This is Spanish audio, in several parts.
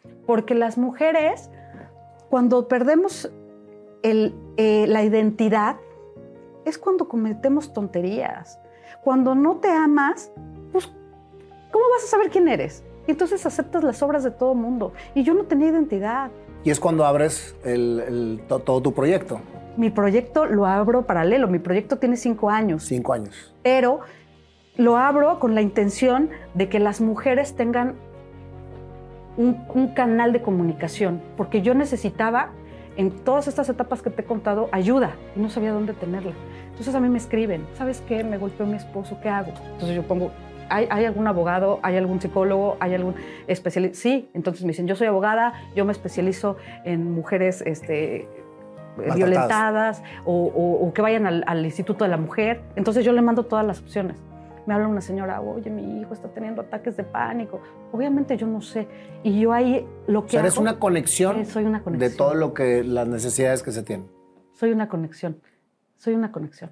Porque las mujeres, cuando perdemos la identidad, es cuando cometemos tonterías. Cuando no te amas, pues, ¿cómo vas a saber quién eres? Y entonces aceptas las obras de todo mundo. Y yo no tenía identidad. Y es cuando abres todo tu proyecto. Mi proyecto lo abro paralelo. Mi proyecto tiene 5 años. 5 años. Pero lo abro con la intención de que las mujeres tengan un canal de comunicación. Porque yo necesitaba, en todas estas etapas que te he contado, ayuda. Y no sabía dónde tenerla. Entonces a mí me escriben, ¿sabes qué? Me golpeó mi esposo, ¿qué hago? Entonces yo pongo, ¿hay algún abogado? ¿Hay algún psicólogo? ¿Hay algún especialista? Sí. Entonces me dicen, yo soy abogada, yo me especializo en mujeres violentadas o que vayan al Instituto de la Mujer. Entonces yo le mando todas las opciones. Me habla una señora, oye, mi hijo está teniendo ataques de pánico. Obviamente yo no sé. Y yo ahí lo que hago... eres una conexión, soy una conexión de todo lo que, las necesidades que se tienen. Soy una conexión. Soy una conexión.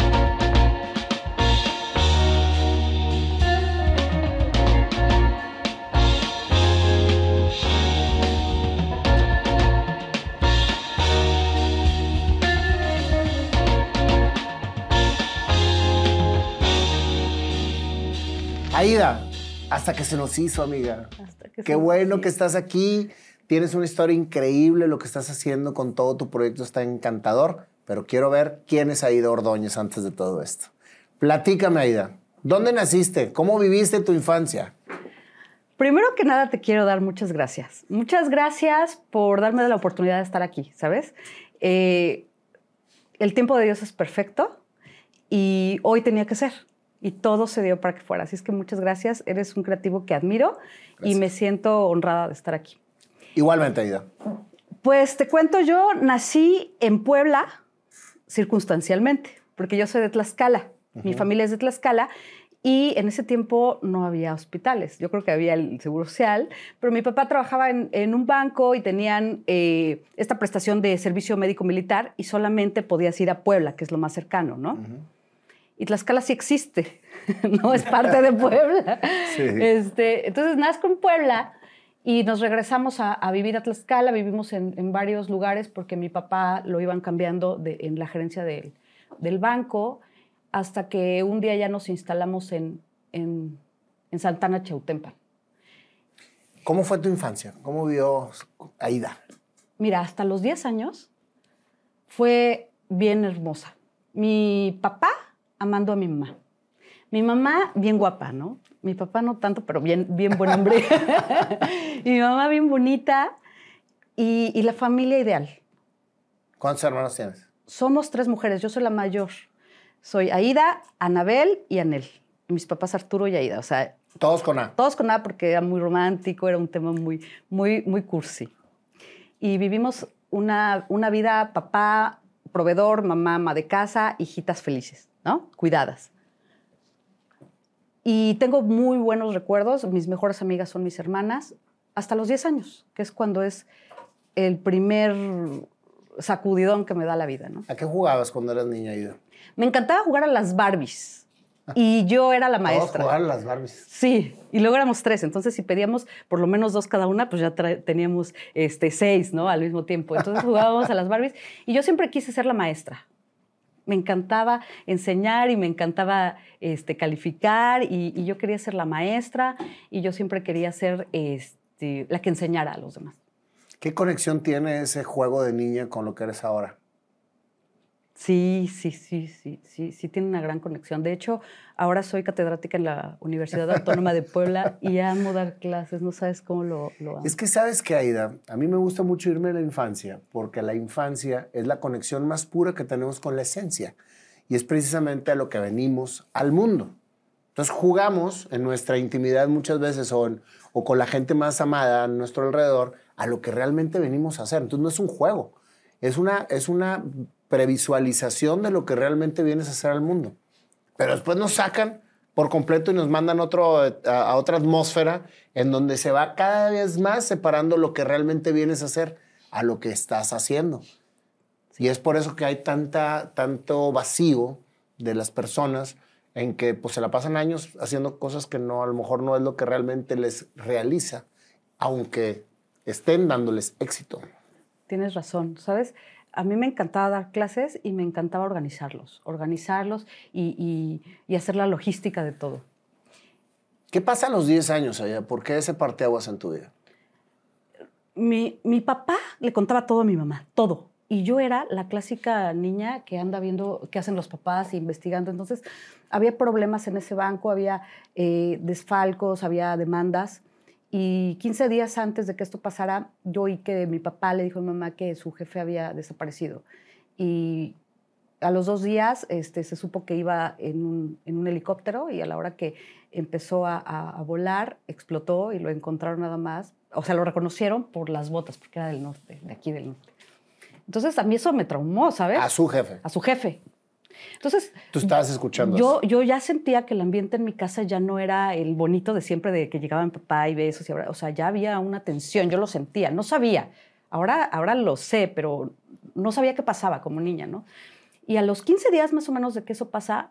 Aida, hasta que se nos hizo, amiga. Qué bueno que estás aquí. Tienes una historia increíble. Lo que estás haciendo con todo tu proyecto está encantador. Pero quiero ver quién es Aida Ordóñez antes de todo esto. Platícame, Aida. ¿Dónde naciste? ¿Cómo viviste tu infancia? Primero que nada, te quiero dar muchas gracias. Muchas gracias por darme la oportunidad de estar aquí, ¿sabes? El tiempo de Dios es perfecto y hoy tenía que ser. Y todo se dio para que fuera. Así es que muchas gracias. Eres un creativo que admiro. Gracias. Y me siento honrada de estar aquí. Igualmente, Aida. Pues te cuento, yo nací en Puebla circunstancialmente, porque yo soy de Tlaxcala. Mi familia es de Tlaxcala y en ese tiempo no había hospitales. Yo creo que había el Seguro Social, pero mi papá trabajaba en un banco y tenían esta prestación de servicio médico militar y solamente podías ir a Puebla, que es lo más cercano, ¿no? Y Tlaxcala sí existe, no es parte de Puebla. Sí. Entonces nazco en Puebla y nos regresamos a vivir a Tlaxcala. Vivimos en varios lugares porque mi papá lo iban cambiando en la gerencia del banco hasta que un día ya nos instalamos en Santana, Chautempan. ¿Cómo fue tu infancia? ¿Cómo vivió Aida? Mira, hasta los 10 años fue bien hermosa. Mi papá amando a mi mamá. Mi mamá bien guapa, ¿no? Mi papá no tanto, pero bien buen hombre. Y mi mamá bien bonita y la familia ideal. ¿Cuántos hermanos tienes? Somos 3 mujeres. Yo soy la mayor. Soy Aida, Anabel y Anel. Y mis papás Arturo y Aida. O sea, todos con A. Todos con A porque era muy romántico, era un tema muy cursi. Y vivimos una vida papá, proveedor, mamá, ama de casa, hijitas felices, ¿no? Cuidadas. Y tengo muy buenos recuerdos. Mis mejores amigas son mis hermanas. Hasta los 10 años, que es cuando es el primer sacudidón que me da la vida, ¿no? ¿A qué jugabas cuando eras niña, Aida? Me encantaba jugar a las Barbies. Y yo era la maestra. Todos jugaban a las Barbies. Sí, y luego éramos 3. Entonces, si pedíamos por lo menos 2 cada una, pues ya teníamos 6, ¿no? Al mismo tiempo. Entonces jugábamos a las Barbies. Y yo siempre quise ser la maestra. Me encantaba enseñar y me encantaba calificar y yo quería ser la maestra y yo siempre quería ser la que enseñara a los demás. ¿Qué conexión tiene ese juego de niña con lo que eres ahora? Sí, tiene una gran conexión. De hecho, ahora soy catedrática en la Universidad Autónoma de Puebla y amo dar clases. No sabes cómo lo amo. Es que sabes que, Aida, a mí me gusta mucho irme a la infancia porque la infancia es la conexión más pura que tenemos con la esencia y es precisamente a lo que venimos al mundo. Entonces jugamos en nuestra intimidad muchas veces o con la gente más amada a nuestro alrededor a lo que realmente venimos a hacer. Entonces no es un juego, es una previsualización de lo que realmente vienes a hacer al mundo. Pero después nos sacan por completo y nos mandan a otra atmósfera en donde se va cada vez más separando lo que realmente vienes a hacer a lo que estás haciendo. Y es por eso que hay tanto vacío de las personas en que pues, se la pasan años haciendo cosas que a lo mejor no es lo que realmente les realiza, aunque estén dándoles éxito. Tienes razón, ¿sabes? A mí me encantaba dar clases y me encantaba organizarlos y hacer la logística de todo. ¿Qué pasa a los 10 años allá? ¿Por qué ese parteaguas en tu vida? Mi papá le contaba todo a mi mamá, todo. Y yo era la clásica niña que anda viendo qué hacen los papás e investigando. Entonces, había problemas en ese banco, había desfalcos, había demandas. Y 15 días antes de que esto pasara, yo oí que mi papá le dijo a mi mamá que su jefe había desaparecido. Y a los 2 días se supo que iba en un helicóptero y a la hora que empezó a volar, explotó y lo encontraron nada más. O sea, lo reconocieron por las botas, porque era del norte, de aquí del norte. Entonces, a mí eso me traumó, ¿sabes? A su jefe. A su jefe. Entonces, tú estabas escuchando eso. Yo ya sentía que el ambiente en mi casa ya no era el bonito de siempre, de que llegaba mi papá y besos. O sea, ya había una tensión, yo lo sentía. No sabía. Ahora lo sé, pero no sabía qué pasaba como niña, ¿no? Y a los 15 días más o menos de que eso pasa,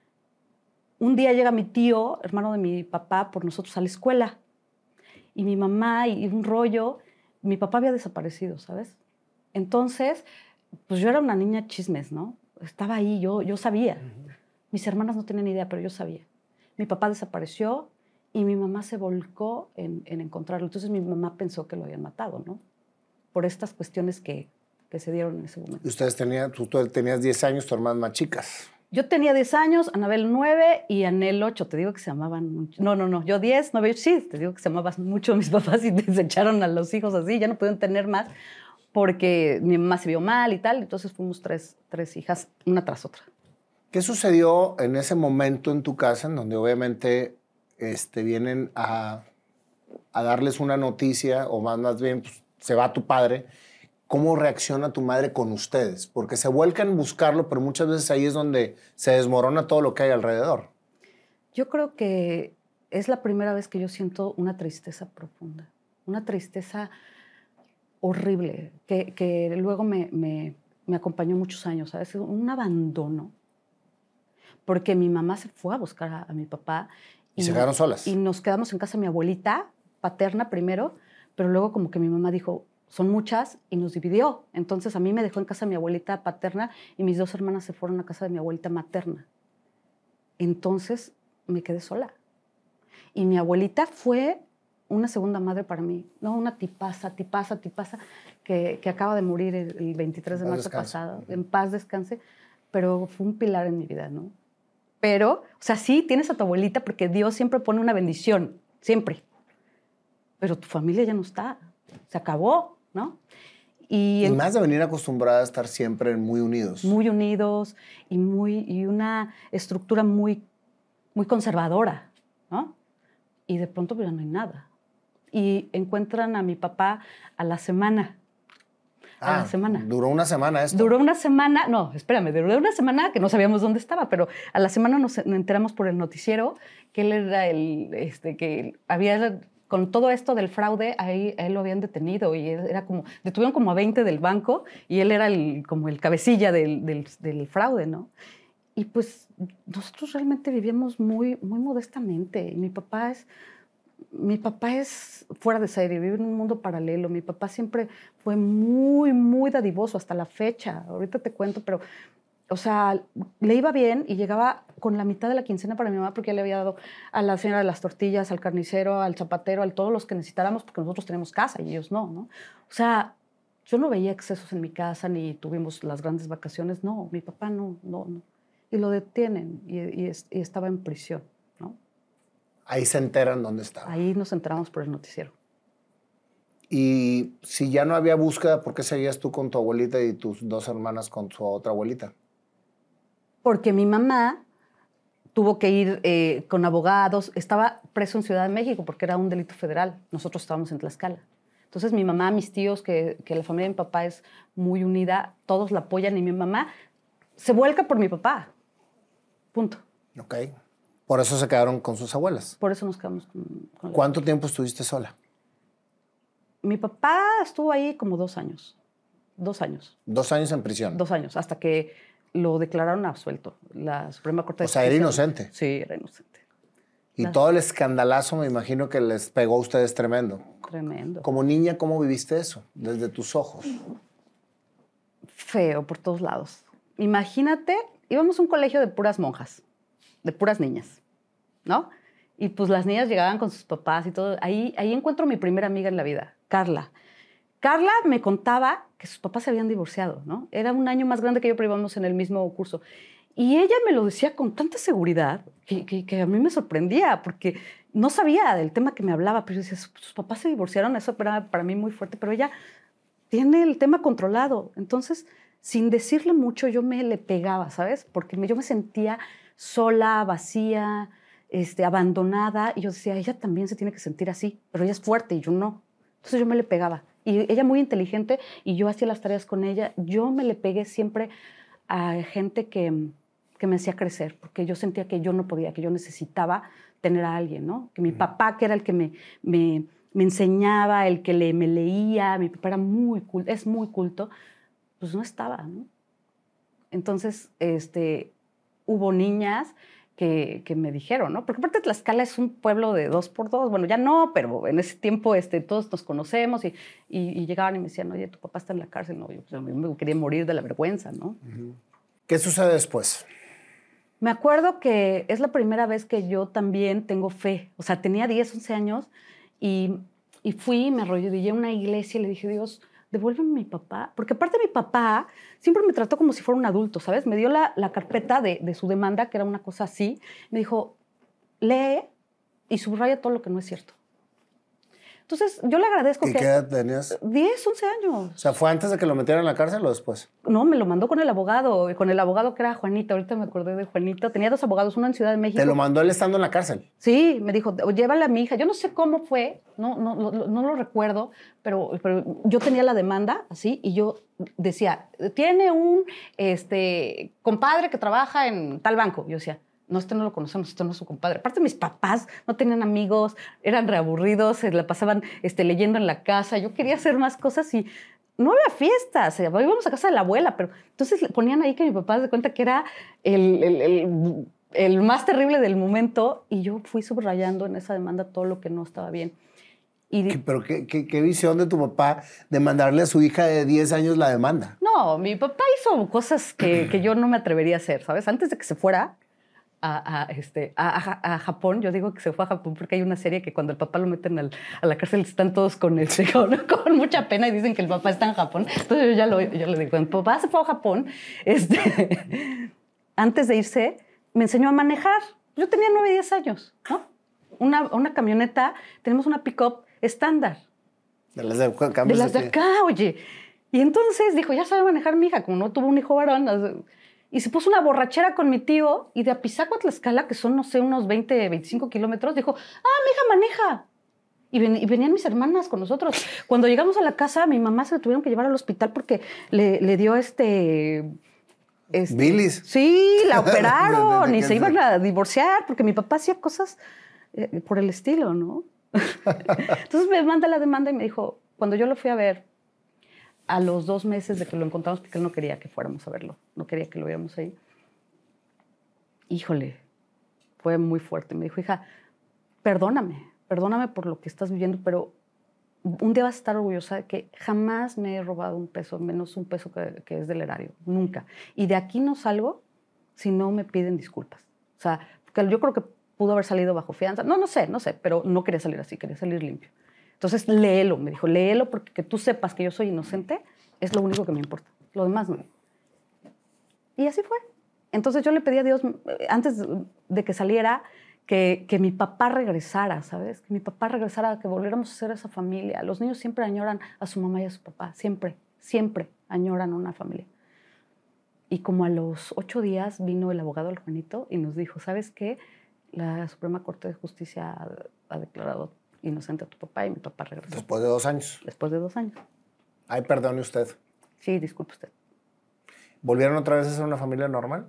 un día llega mi tío, hermano de mi papá, por nosotros a la escuela. Y mi mamá, y un rollo, mi papá había desaparecido, ¿sabes? Entonces, pues yo era una niña chismes, ¿no? Estaba ahí, yo sabía. Mis hermanas no tenían idea, pero yo sabía. Mi papá desapareció y mi mamá se volcó en encontrarlo. Entonces mi mamá pensó que lo habían matado, ¿no? Por estas cuestiones que se dieron en ese momento. Tú tenías 10 años, tu hermanas más chicas. Yo tenía 10 años, Anabel 9 y Anel 8. Te digo que se llamaban mucho. No. Yo 10, 9, 8. Sí, te digo que se llamaban mucho mis papás y desecharon a los hijos así. Ya no pudieron tener más porque mi mamá se vio mal y tal. Entonces fuimos tres hijas, una tras otra. ¿Qué sucedió en ese momento en tu casa en donde obviamente vienen a darles una noticia o más bien pues, se va tu padre? ¿Cómo reacciona tu madre con ustedes? Porque se vuelcan a buscarlo, pero muchas veces ahí es donde se desmorona todo lo que hay alrededor. Yo creo que es la primera vez que yo siento una tristeza profunda, una tristeza horrible, que luego me acompañó muchos años, ¿sabes? Un abandono. Porque mi mamá se fue a buscar a mi papá. ¿Y se quedaron solas? Y nos quedamos en casa de mi abuelita, paterna primero, pero luego como que mi mamá dijo, son muchas, y nos dividió. Entonces a mí me dejó en casa de mi abuelita paterna y mis 2 hermanas se fueron a casa de mi abuelita materna. Entonces me quedé sola. Y mi abuelita fue una segunda madre para mí. No, una tipaza, que acaba de morir el 23 de marzo pasado. En paz descanse. Pero fue un pilar en mi vida, ¿no? Pero, o sea, sí, tienes a tu abuelita porque Dios siempre pone una bendición, siempre. Pero tu familia ya no está, se acabó, ¿no? Y más de venir acostumbrada a estar siempre muy unidos. Muy unidos y una estructura muy, muy conservadora, ¿no? Y de pronto pues, ya no hay nada. Y encuentran a mi papá a la semana. A la semana. ¿Duró una semana esto? Duró una semana, no, espérame, duró una semana que no sabíamos dónde estaba, pero a la semana nos enteramos por el noticiero que él era que había, con todo esto del fraude, ahí a él lo habían detenido y era como, detuvieron como a 20 del banco y él era como el cabecilla del fraude, ¿no? Y pues nosotros realmente vivíamos muy, muy modestamente. Y mi papá es fuera de serie, vive en un mundo paralelo. Mi papá siempre fue muy, muy dadivoso hasta la fecha. Ahorita te cuento, pero, o sea, le iba bien y llegaba con la mitad de la quincena para mi mamá porque ya le había dado a la señora de las tortillas, al carnicero, al zapatero, a todos los que necesitáramos porque nosotros tenemos casa y ellos no, ¿no? O sea, yo no veía excesos en mi casa ni tuvimos las grandes vacaciones. No, mi papá no. Y lo detienen y estaba en prisión, ¿no? Ahí se enteran dónde estaba. Ahí nos enteramos por el noticiero. Y si ya no había búsqueda, ¿por qué seguías tú con tu abuelita y tus 2 hermanas con su otra abuelita? Porque mi mamá tuvo que ir con abogados. Estaba preso en Ciudad de México porque era un delito federal. Nosotros estábamos en Tlaxcala. Entonces mi mamá, mis tíos, que la familia de mi papá es muy unida, todos la apoyan y mi mamá se vuelca por mi papá. Punto. Ok. Por eso se quedaron con sus abuelas. Por eso nos quedamos con ¿Cuánto tiempo estuviste sola? Mi papá estuvo ahí como 2 años. 2 años. 2 años en prisión. 2 años, hasta que lo declararon absuelto. La Suprema Corte de Justicia. O sea, era inocente. Sí, era inocente. Y todo el escandalazo me imagino que les pegó a ustedes tremendo. Tremendo. Como niña, ¿cómo viviste eso? Desde tus ojos. Feo por todos lados. Imagínate, íbamos a un colegio de puras monjas, de puras niñas, ¿no? Y pues las niñas llegaban con sus papás y todo. Ahí encuentro a mi primera amiga en la vida, Carla. Carla me contaba que sus papás se habían divorciado, ¿no? Era un año más grande que yo, pero íbamos en el mismo curso. Y ella me lo decía con tanta seguridad que a mí me sorprendía, porque no sabía del tema que me hablaba, pero yo decía, sus papás se divorciaron, eso era para mí muy fuerte, pero ella tiene el tema controlado. Entonces, sin decirle mucho, yo me le pegaba, ¿sabes? Porque yo me sentía sola, vacía, abandonada, y yo decía, ella también se tiene que sentir así, pero ella es fuerte y yo no. Entonces yo me le pegaba. Y ella muy inteligente, y yo hacía las tareas con ella. Yo me le pegué siempre a gente que me hacía crecer, porque yo sentía que yo no podía, que yo necesitaba tener a alguien, ¿no? Que mi papá, que era el que me enseñaba, el que me leía, mi papá era muy culto, es muy culto, pues no estaba, ¿no? Entonces, hubo niñas que me dijeron, ¿no? Porque aparte Tlaxcala es un pueblo de 2x2, bueno, ya no, pero en ese tiempo todos nos conocemos y llegaban y me decían, oye, tu papá está en la cárcel, no, yo me quería morir de la vergüenza, ¿no? ¿Qué sucede después? Me acuerdo que es la primera vez que yo también tengo fe, o sea, tenía 10, 11 años y fui, me arrodillé en una iglesia y le dije, Dios, devuélveme a mi papá, porque aparte mi papá siempre me trató como si fuera un adulto, ¿sabes? Me dio la carpeta de su demanda, que era una cosa así, me dijo, lee y subraya todo lo que no es cierto. Entonces, yo le agradezco ¿Y que... qué edad tenías? 10, 11 años. O sea, ¿fue antes de que lo metieran en la cárcel o después? No, me lo mandó con el abogado que era Juanito. Ahorita me acordé de Juanito. Tenía 2 abogados, uno en Ciudad de México. ¿Te lo mandó él estando en la cárcel? Sí, me dijo, llévala a mi hija. Yo no sé cómo fue, no lo recuerdo, pero yo tenía la demanda así y yo decía, tiene un compadre que trabaja en tal banco. Yo decía, no, no lo conocemos, no es su compadre. Aparte, mis papás no tenían amigos, eran reaburridos, se la pasaban leyendo en la casa. Yo quería hacer más cosas y no había fiestas. Íbamos a casa de la abuela, pero entonces ponían ahí que mi papá se cuenta que era el más terrible del momento y yo fui subrayando en esa demanda todo lo que no estaba bien. ¿Pero qué visión de tu papá de mandarle a su hija de 10 años la demanda? No, mi papá hizo cosas que yo no me atrevería a hacer, ¿sabes? Antes de que se fuera a Japón, yo digo que se fue a Japón porque hay una serie que cuando el papá lo meten a la cárcel están todos con mucha pena y dicen que el papá está en Japón. Entonces yo le digo, cuando mi papá se fue a Japón, antes de irse, me enseñó a manejar. Yo tenía 9, 10 años, ¿no? Una camioneta, tenemos una pick-up estándar. De las de acá. De las de acá, oye. Y entonces dijo, ya sabe manejar mi hija, como no tuvo un hijo varón. Y se puso una borrachera con mi tío y de Apizaco a Tlaxcala, que son, no sé, unos 20, 25 kilómetros, dijo, mi hija maneja. Y venían mis hermanas con nosotros. Cuando llegamos a la casa, mi mamá se la tuvieron que llevar al hospital porque le dio ¿Bilis? Sí, la operaron y se iban a divorciar porque mi papá hacía cosas por el estilo, ¿no? Entonces me manda la demanda y me dijo, cuando yo lo fui a ver, a los 2 meses de que lo encontramos, porque él no quería que fuéramos a verlo, no quería que lo viéramos ahí. Híjole, fue muy fuerte. Me dijo, hija, perdóname por lo que estás viviendo, pero un día vas a estar orgullosa de que jamás me he robado un peso, menos un peso que es del erario, nunca. Y de aquí no salgo si no me piden disculpas. O sea, porque yo creo que pudo haber salido bajo fianza. No sé, pero no quería salir así, quería salir limpio. Entonces, léelo, me dijo, léelo porque que tú sepas que yo soy inocente es lo único que me importa. Lo demás no. Y así fue. Entonces yo le pedí a Dios, antes de que saliera, que mi papá regresara, ¿sabes? Que mi papá regresara, que volviéramos a ser esa familia. Los niños siempre añoran a su mamá y a su papá. Siempre, siempre añoran a una familia. Y como a los 8 días vino el abogado del Juanito y nos dijo, ¿sabes qué? La Suprema Corte de Justicia ha declarado inocente a tu papá y mi papá regresó. Después de 2 años. Después de 2 años. Ay, perdone usted. Sí, disculpe usted. ¿Volvieron otra vez a ser una familia normal?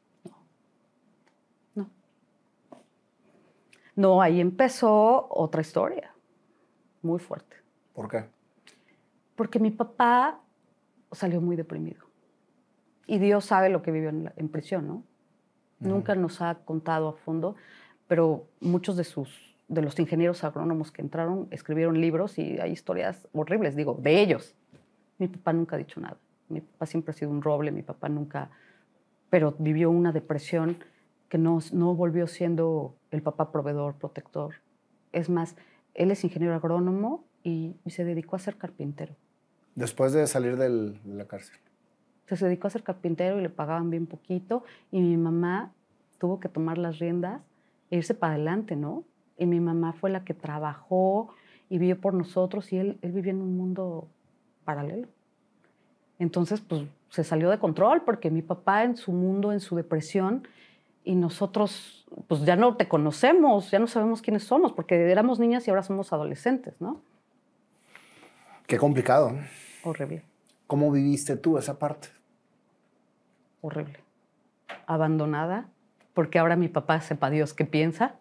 No, ahí empezó otra historia muy fuerte. ¿Por qué? Porque mi papá salió muy deprimido. Y Dios sabe lo que vivió en prisión, ¿no? Nunca nos ha contado a fondo, pero muchos de los ingenieros agrónomos que entraron escribieron libros y hay historias horribles, digo, de ellos. Mi papá nunca ha dicho nada. Mi papá siempre ha sido un roble, mi papá nunca... Pero vivió una depresión que no volvió siendo el papá proveedor, protector. Es más, él es ingeniero agrónomo y se dedicó a ser carpintero. Después de salir de la cárcel. Se dedicó a ser carpintero y le pagaban bien poquito. Y mi mamá tuvo que tomar las riendas e irse para adelante, ¿no? Y mi mamá fue la que trabajó y vivió por nosotros y él vivía en un mundo paralelo. Entonces, pues, se salió de control porque mi papá en su mundo, en su depresión, y nosotros, pues, ya no te conocemos, ya no sabemos quiénes somos, porque éramos niñas y ahora somos adolescentes, ¿no? Qué complicado, ¿no? Horrible. ¿Cómo viviste tú esa parte? Horrible. Abandonada, porque ahora mi papá, sepa Dios qué piensa.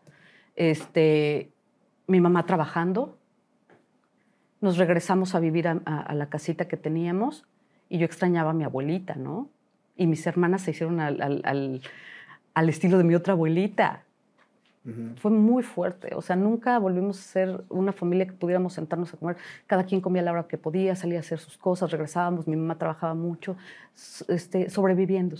Mi mamá trabajando. Nos regresamos a vivir a la casita que teníamos y yo extrañaba a mi abuelita, ¿no? Y mis hermanas se hicieron al estilo de mi otra abuelita. Uh-huh. Fue muy fuerte. O sea, nunca volvimos a ser una familia que pudiéramos sentarnos a comer. Cada quien comía a la hora que podía, salía a hacer sus cosas, regresábamos. Mi mamá trabajaba mucho, sobreviviendo.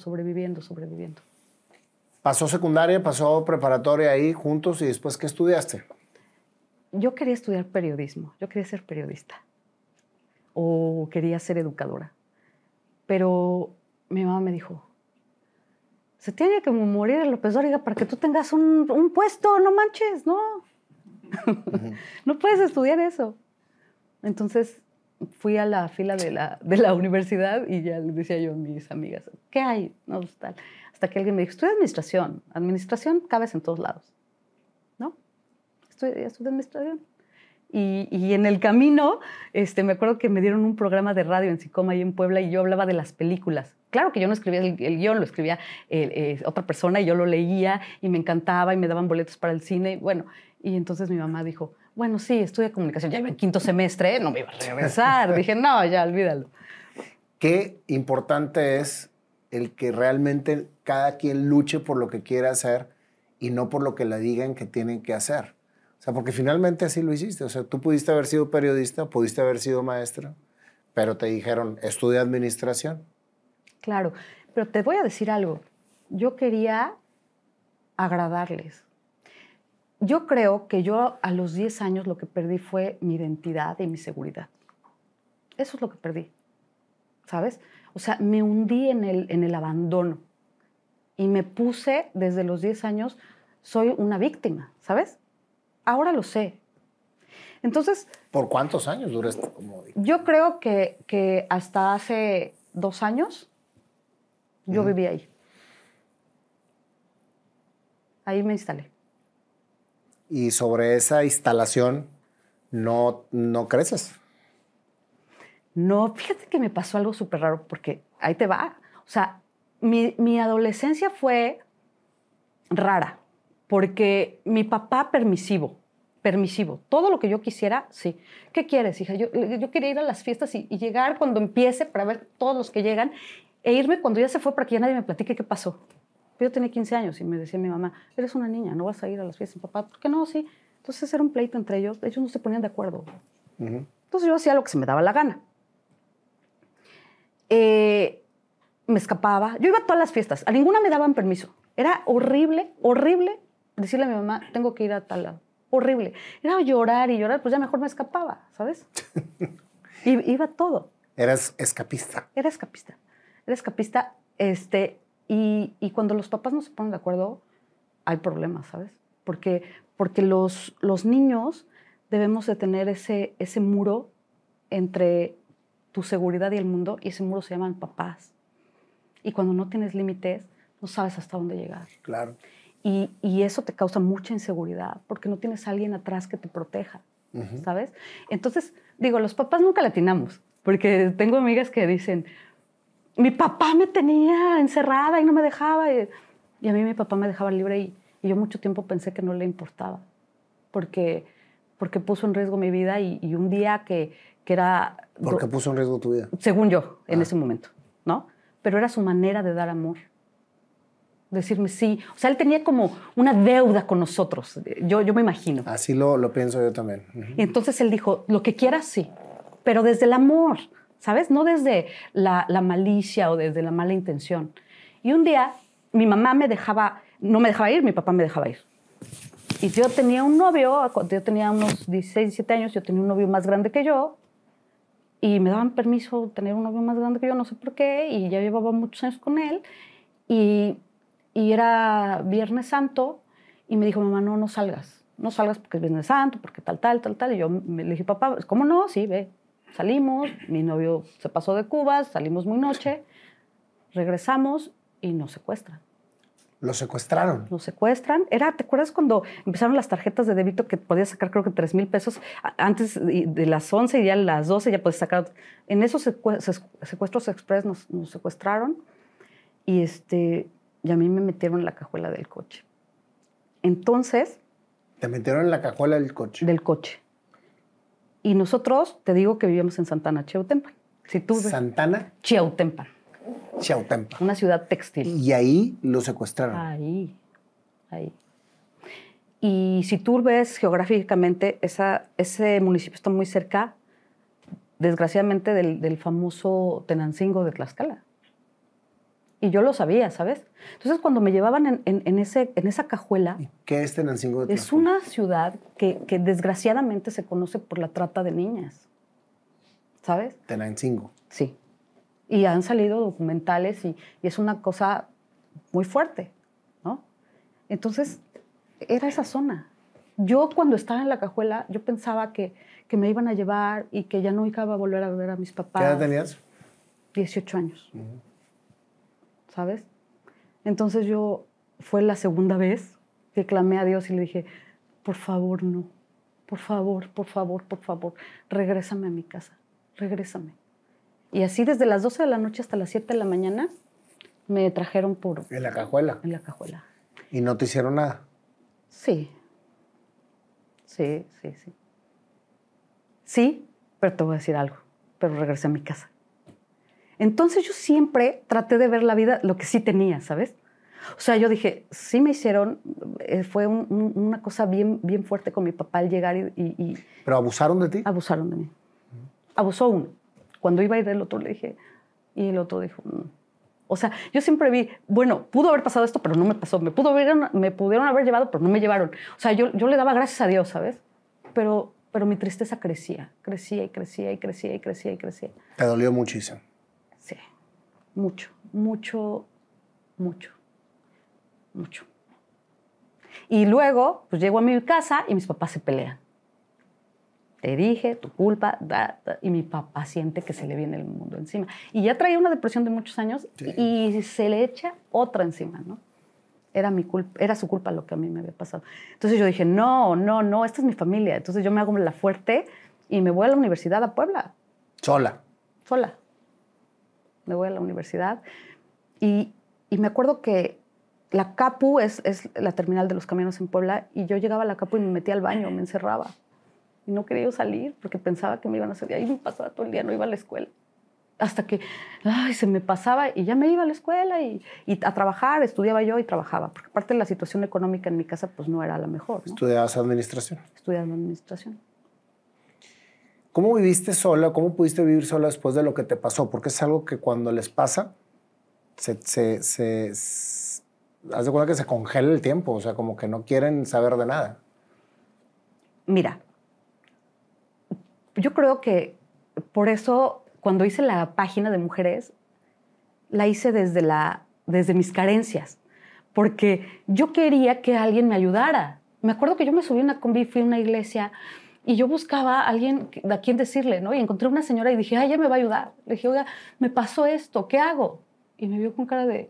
¿Pasó secundaria, pasó preparatoria ahí juntos y después qué estudiaste? Yo quería estudiar periodismo. Yo quería ser periodista. O quería ser educadora. Pero mi mamá me dijo, se tiene que morir el López Dóriga para que tú tengas un puesto, no manches, no. Uh-huh. No puedes estudiar eso. Entonces fui a la fila de la universidad y ya le decía yo a mis amigas, ¿qué hay? No, tal. Hasta que alguien me dijo, estudia administración. Administración cabes en todos lados. ¿No? Estudia administración. Y en el camino, me acuerdo que me dieron un programa de radio en Sicoma, ahí en Puebla, y yo hablaba de las películas. Claro que yo no escribía el guión, lo escribía otra persona y yo lo leía y me encantaba y me daban boletos para el cine. Bueno, y entonces mi mamá dijo, bueno, sí, estudia comunicación. Ya iba en quinto semestre, no me iba a regresar. Dije, no, ya, olvídalo. Qué importante es el que realmente cada quien luche por lo que quiere hacer y no por lo que le digan que tienen que hacer. O sea, porque finalmente así lo hiciste. O sea, tú pudiste haber sido periodista, pudiste haber sido maestra, pero te dijeron, estudia administración. Claro, pero te voy a decir algo. Yo quería agradarles. Yo creo que yo a los 10 años lo que perdí fue mi identidad y mi seguridad. Eso es lo que perdí, ¿sabes? O sea, me hundí en el abandono y me puse desde los 10 años, soy una víctima, ¿sabes? Ahora lo sé. Entonces... ¿Por cuántos años duraste? Yo creo que hasta hace 2 años yo viví ahí. Ahí me instalé. Y sobre esa instalación no creces. No, fíjate que me pasó algo súper raro porque ahí te va. O sea, mi adolescencia fue rara porque mi papá permisivo. Todo lo que yo quisiera, sí. ¿Qué quieres, hija? Yo quería ir a las fiestas y llegar cuando empiece para ver todos los que llegan e irme cuando ya se fue para que ya nadie me platique qué pasó. Yo tenía 15 años y me decía mi mamá, eres una niña, no vas a ir a las fiestas. Papá, ¿por qué no? Sí. Entonces era un pleito entre ellos. Ellos no se ponían de acuerdo. Uh-huh. Entonces yo hacía lo que se me daba la gana. Me escapaba. Yo iba a todas las fiestas. A ninguna me daban permiso. Era horrible decirle a mi mamá, tengo que ir a tal lado. Horrible. Era llorar y llorar, pues ya mejor me escapaba, ¿sabes? Iba todo. Eras escapista. Era escapista. Y cuando los papás no se ponen de acuerdo, hay problemas, ¿sabes? Porque los niños debemos de tener ese muro entre tu seguridad y el mundo, y ese muro se llaman papás. Y cuando no tienes límites, no sabes hasta dónde llegar. Claro. Y eso te causa mucha inseguridad, porque no tienes a alguien atrás que te proteja, uh-huh. ¿Sabes? Entonces, digo, los papás nunca le atinamos, porque tengo amigas que dicen, mi papá me tenía encerrada y no me dejaba, y a mí mi papá me dejaba libre, y yo mucho tiempo pensé que no le importaba, porque puso en riesgo mi vida, y un día que era... ¿Por qué puso en riesgo tu vida? Según yo, en ese momento, ¿no? Pero era su manera de dar amor. decirme sí. O sea, él tenía como una deuda con nosotros, yo me imagino. Así lo pienso yo también. Y entonces él dijo, lo que quieras, sí, pero desde el amor, ¿sabes? No desde la malicia o desde la mala intención. Y un día mi mamá no me dejaba ir, mi papá me dejaba ir. Y yo tenía un novio, cuando yo tenía unos 16, 17 años, yo tenía un novio más grande que yo, y me daban permiso tener un novio más grande que yo, no sé por qué, y ya llevaba muchos años con él, y era Viernes Santo, y me dijo, mamá, no salgas porque es Viernes Santo, porque tal, y yo le dije, papá, ¿cómo no? Sí, ve. Salimos, mi novio se pasó de Cuba, salimos muy noche, regresamos y nos secuestran. ¿Lo secuestraron? Nos secuestran. ¿Te acuerdas cuando empezaron las tarjetas de débito que podías sacar creo que 3,000 pesos? Antes de las 11 y ya a las 12 ya podías sacar. En esos secuestros express nos secuestraron y a mí me metieron en la cajuela del coche. Entonces... ¿Te metieron en la cajuela del coche? Del coche. Y nosotros, te digo que vivíamos en Santana, Chiautempan. ¿Santana? Chiautempan. Chiautempan. Una ciudad textil. Y ahí lo secuestraron. Ahí. Y si tú ves geográficamente, ese municipio está muy cerca, desgraciadamente, del famoso Tenancingo de Tlaxcala. Y yo lo sabía, ¿sabes? Entonces, cuando me llevaban en esa cajuela... ¿Qué es Tenancingo de Tlaxcala? Es una ciudad que desgraciadamente se conoce por la trata de niñas, ¿sabes? Tenancingo. Sí. Y han salido documentales y es una cosa muy fuerte, ¿no? Entonces, era esa zona. Yo cuando estaba en la cajuela, yo pensaba que me iban a llevar y que ya no iba a volver a ver a mis papás. ¿Qué edad tenías? 18 años. ¿Sabes? Entonces fue la segunda vez que clamé a Dios y le dije, por favor, no. Por favor, regrésame a mi casa. Regrésame. Y así desde las 12 de la noche hasta las 7 de la mañana me trajeron por... ¿En la cajuela? En la cajuela. ¿Y no te hicieron nada? Sí. Sí, pero te voy a decir algo. Pero regresé a mi casa. Entonces yo siempre traté de ver la vida lo que sí tenía, ¿sabes? O sea, yo dije, sí me hicieron, fue una cosa bien, bien fuerte con mi papá al llegar y... ¿Pero abusaron de ti? Abusaron de mí. Abusó uno. Cuando iba a ir el otro le dije, y el otro dijo, no. O sea, yo siempre vi, bueno, pudo haber pasado esto, pero no me pasó. Me pudieron haber llevado, pero no me llevaron. O sea, yo le daba gracias a Dios, ¿sabes? Pero mi tristeza crecía. ¿Te dolió muchísimo? Sí, mucho. Y luego, pues llego a mi casa y mis papás se pelean. Te dije, tu culpa, y mi papá siente que se le viene el mundo encima. Y ya traía una depresión de muchos años y se le echa otra encima, ¿no? Era su culpa lo que a mí me había pasado. Entonces yo dije, no, esta es mi familia. Entonces yo me hago la fuerte y me voy a la universidad a Puebla. ¿Sola? Sola. Me voy a la universidad y me acuerdo que la Capu es la terminal de los camiones en Puebla y yo llegaba a la Capu y me metía al baño, me encerraba y no quería yo salir porque pensaba que me iban a hacer. Y ahí me pasaba todo el día, no iba a la escuela. Hasta que se me pasaba y ya me iba a la escuela y a trabajar, estudiaba yo y trabajaba. Porque aparte la situación económica en mi casa pues no era la mejor, ¿no? ¿Estudiabas administración? Estudiando administración. ¿Cómo viviste sola? ¿Cómo pudiste vivir sola después de lo que te pasó? Porque es algo que cuando les pasa, haz de cuenta que se congela el tiempo. O sea, como que no quieren saber de nada. Mira, yo creo que por eso cuando hice la página de mujeres, la hice desde mis carencias. Porque yo quería que alguien me ayudara. Me acuerdo que yo me subí a una combi, fui a una iglesia y yo buscaba a alguien a quien decirle, ¿no? Y encontré una señora y dije, ella me va a ayudar. Le dije, oiga, me pasó esto, ¿qué hago? Y me vio con cara de,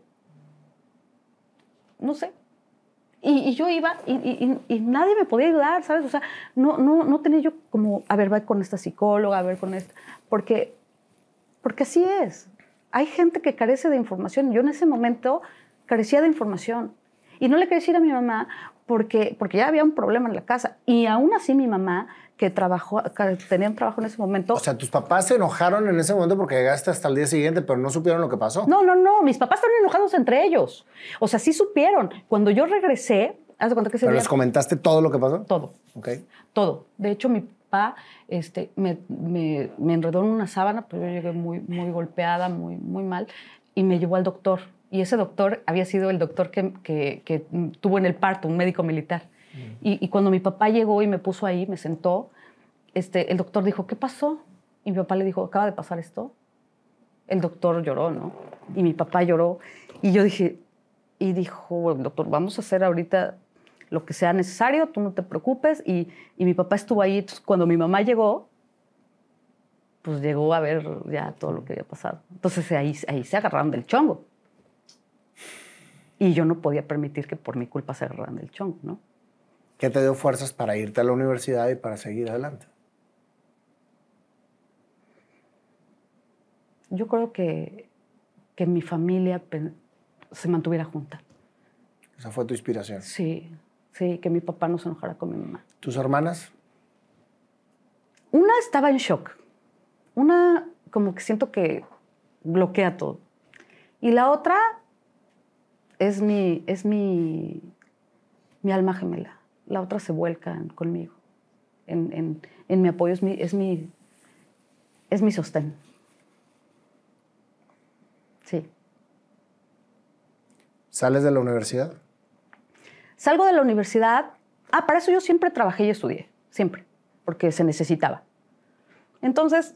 no sé. Y yo iba y nadie me podía ayudar, ¿sabes? O sea, no tenía yo como, a ver, va con esta psicóloga, a ver con esta, porque así es. Hay gente que carece de información. Yo en ese momento carecía de información. Y no le quería decir a mi mamá porque ya había un problema en la casa. Y aún así mi mamá, que tenía un trabajo en ese momento... O sea, tus papás se enojaron en ese momento porque llegaste hasta el día siguiente, pero no supieron lo que pasó. No, mis papás estaban enojados entre ellos. O sea, sí supieron. Cuando yo regresé, haz de cuenta que ese ¿Pero día... les comentaste todo lo que pasó? Todo. Ok. Todo. De hecho, mi papá me enredó en una sábana, pero yo llegué muy, muy golpeada, muy, muy mal, y me llevó al doctor. Y ese doctor había sido el doctor que tuvo en el parto, un médico militar. Y cuando mi papá llegó y me puso ahí, me sentó, el doctor dijo, ¿qué pasó? Y mi papá le dijo, acaba de pasar esto. El doctor lloró, ¿no? Y mi papá lloró. Y yo dije, y dijo, doctor, vamos a hacer ahorita lo que sea necesario, tú no te preocupes. Y mi papá estuvo ahí. Entonces, cuando mi mamá llegó, pues llegó a ver ya todo lo que había pasado. Entonces ahí se agarraron del chongo. Y yo no podía permitir que por mi culpa se agarraran del chongo, ¿no? ¿Qué te dio fuerzas para irte a la universidad y para seguir adelante? Yo creo que mi familia se mantuviera junta. Esa fue tu inspiración. Sí, que mi papá no se enojara con mi mamá. ¿Tus hermanas? Una estaba en shock. Una como que siento que bloquea todo. Y la otra es mi alma gemela. La otra se vuelca conmigo. En mi apoyo, es mi sostén. Sí. ¿Sales de la universidad? Salgo de la universidad. Para eso yo siempre trabajé y estudié. Siempre. Porque se necesitaba. Entonces,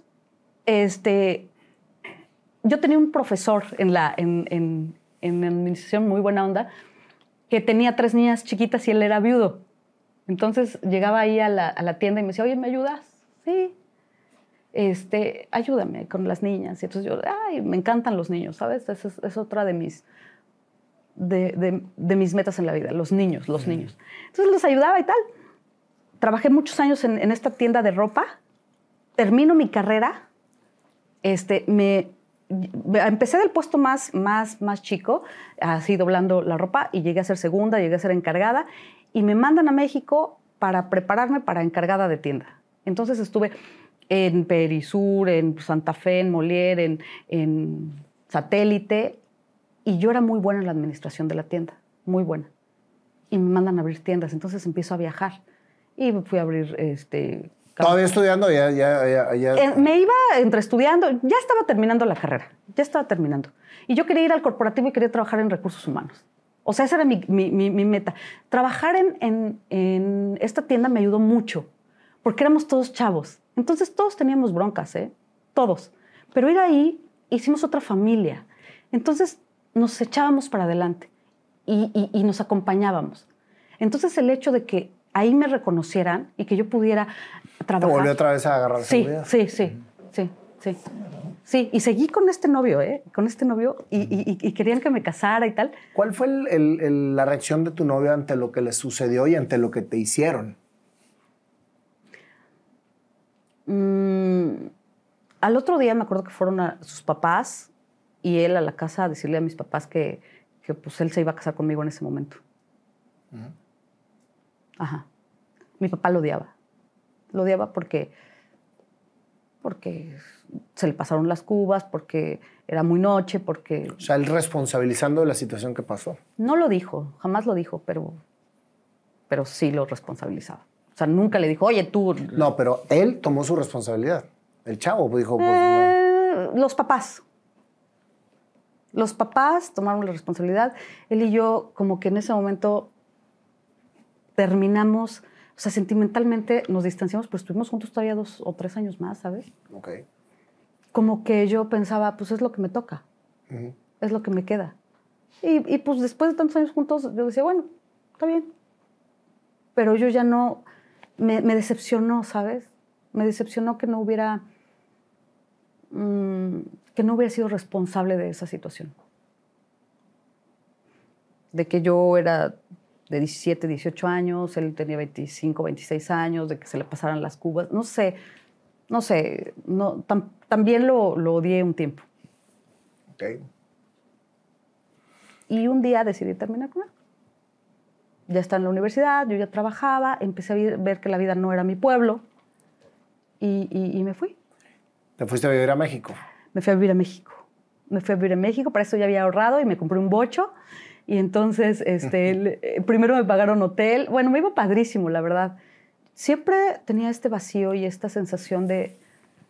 yo tenía un profesor en administración, muy buena onda, que tenía 3 niñas chiquitas y él era viudo. Entonces llegaba ahí a la tienda y me decía, oye, ¿me ayudas? Sí. Ayúdame con las niñas. Y entonces yo, me encantan los niños, ¿sabes? Es otra de mis metas en la vida, los niños. Entonces los ayudaba y tal. Trabajé muchos años en esta tienda de ropa. Termino mi carrera. Empecé del puesto más chico, así doblando la ropa, y llegué a ser segunda, llegué a ser encargada, y me mandan a México para prepararme para encargada de tienda. Entonces estuve en Perisur, en Santa Fe, en Molière, en Satélite, y yo era muy buena en la administración de la tienda, muy buena. Y me mandan a abrir tiendas, entonces empiezo a viajar. Y fui a abrir... ¿Todavía estudiando? Me iba entre estudiando, ya estaba terminando la carrera, ya estaba terminando. Y yo quería ir al corporativo y quería trabajar en recursos humanos. O sea, esa era mi meta. Trabajar en esta tienda me ayudó mucho, porque éramos todos chavos. Entonces todos teníamos broncas, todos. Pero ir ahí, hicimos otra familia. Entonces nos echábamos para adelante y nos acompañábamos. Entonces el hecho de que ahí me reconocieran y que yo pudiera trabajar. ¿Te volvió otra vez a agarrar seguridad? Sí, y seguí con este novio, y querían que me casara y tal. ¿Cuál fue la reacción de tu novio ante lo que le sucedió y ante lo que te hicieron? Al otro día me acuerdo que fueron a sus papás y él a la casa a decirle a mis papás que pues él se iba a casar conmigo en ese momento. Uh-huh. Ajá. Mi papá lo odiaba. Lo odiaba porque se le pasaron las cubas, porque era muy noche, porque... O sea, él responsabilizando de la situación que pasó. No lo dijo, jamás lo dijo, pero sí lo responsabilizaba. O sea, nunca le dijo, oye, tú... No, pero él tomó su responsabilidad. El chavo dijo... Los papás. Los papás tomaron la responsabilidad. Él y yo, como que en ese momento terminamos... O sea, sentimentalmente nos distanciamos, pero estuvimos juntos todavía 2 o 3 años más, ¿sabes? Ok. Como que yo pensaba, pues es lo que me toca. Uh-huh. Es lo que me queda. Y pues después de tantos años juntos, yo decía, bueno, está bien. Pero yo ya no... Me decepcionó, ¿sabes? Me decepcionó que no hubiera sido responsable de esa situación. De que yo era de 17, 18 años, él tenía 25, 26 años, de que se le pasaran las cubas. No sé. También lo odié un tiempo. Ok. Y un día decidí terminar con él. ya estaba en la universidad, yo ya trabajaba, empecé a ver que la vida no era mi pueblo y me fui. ¿Te fuiste a vivir a México? Me fui a vivir a México. Me fui a vivir a México, para eso ya había ahorrado y me compré un bocho. Y entonces, primero me pagaron hotel. Bueno, me iba padrísimo, la verdad. Siempre tenía este vacío y esta sensación de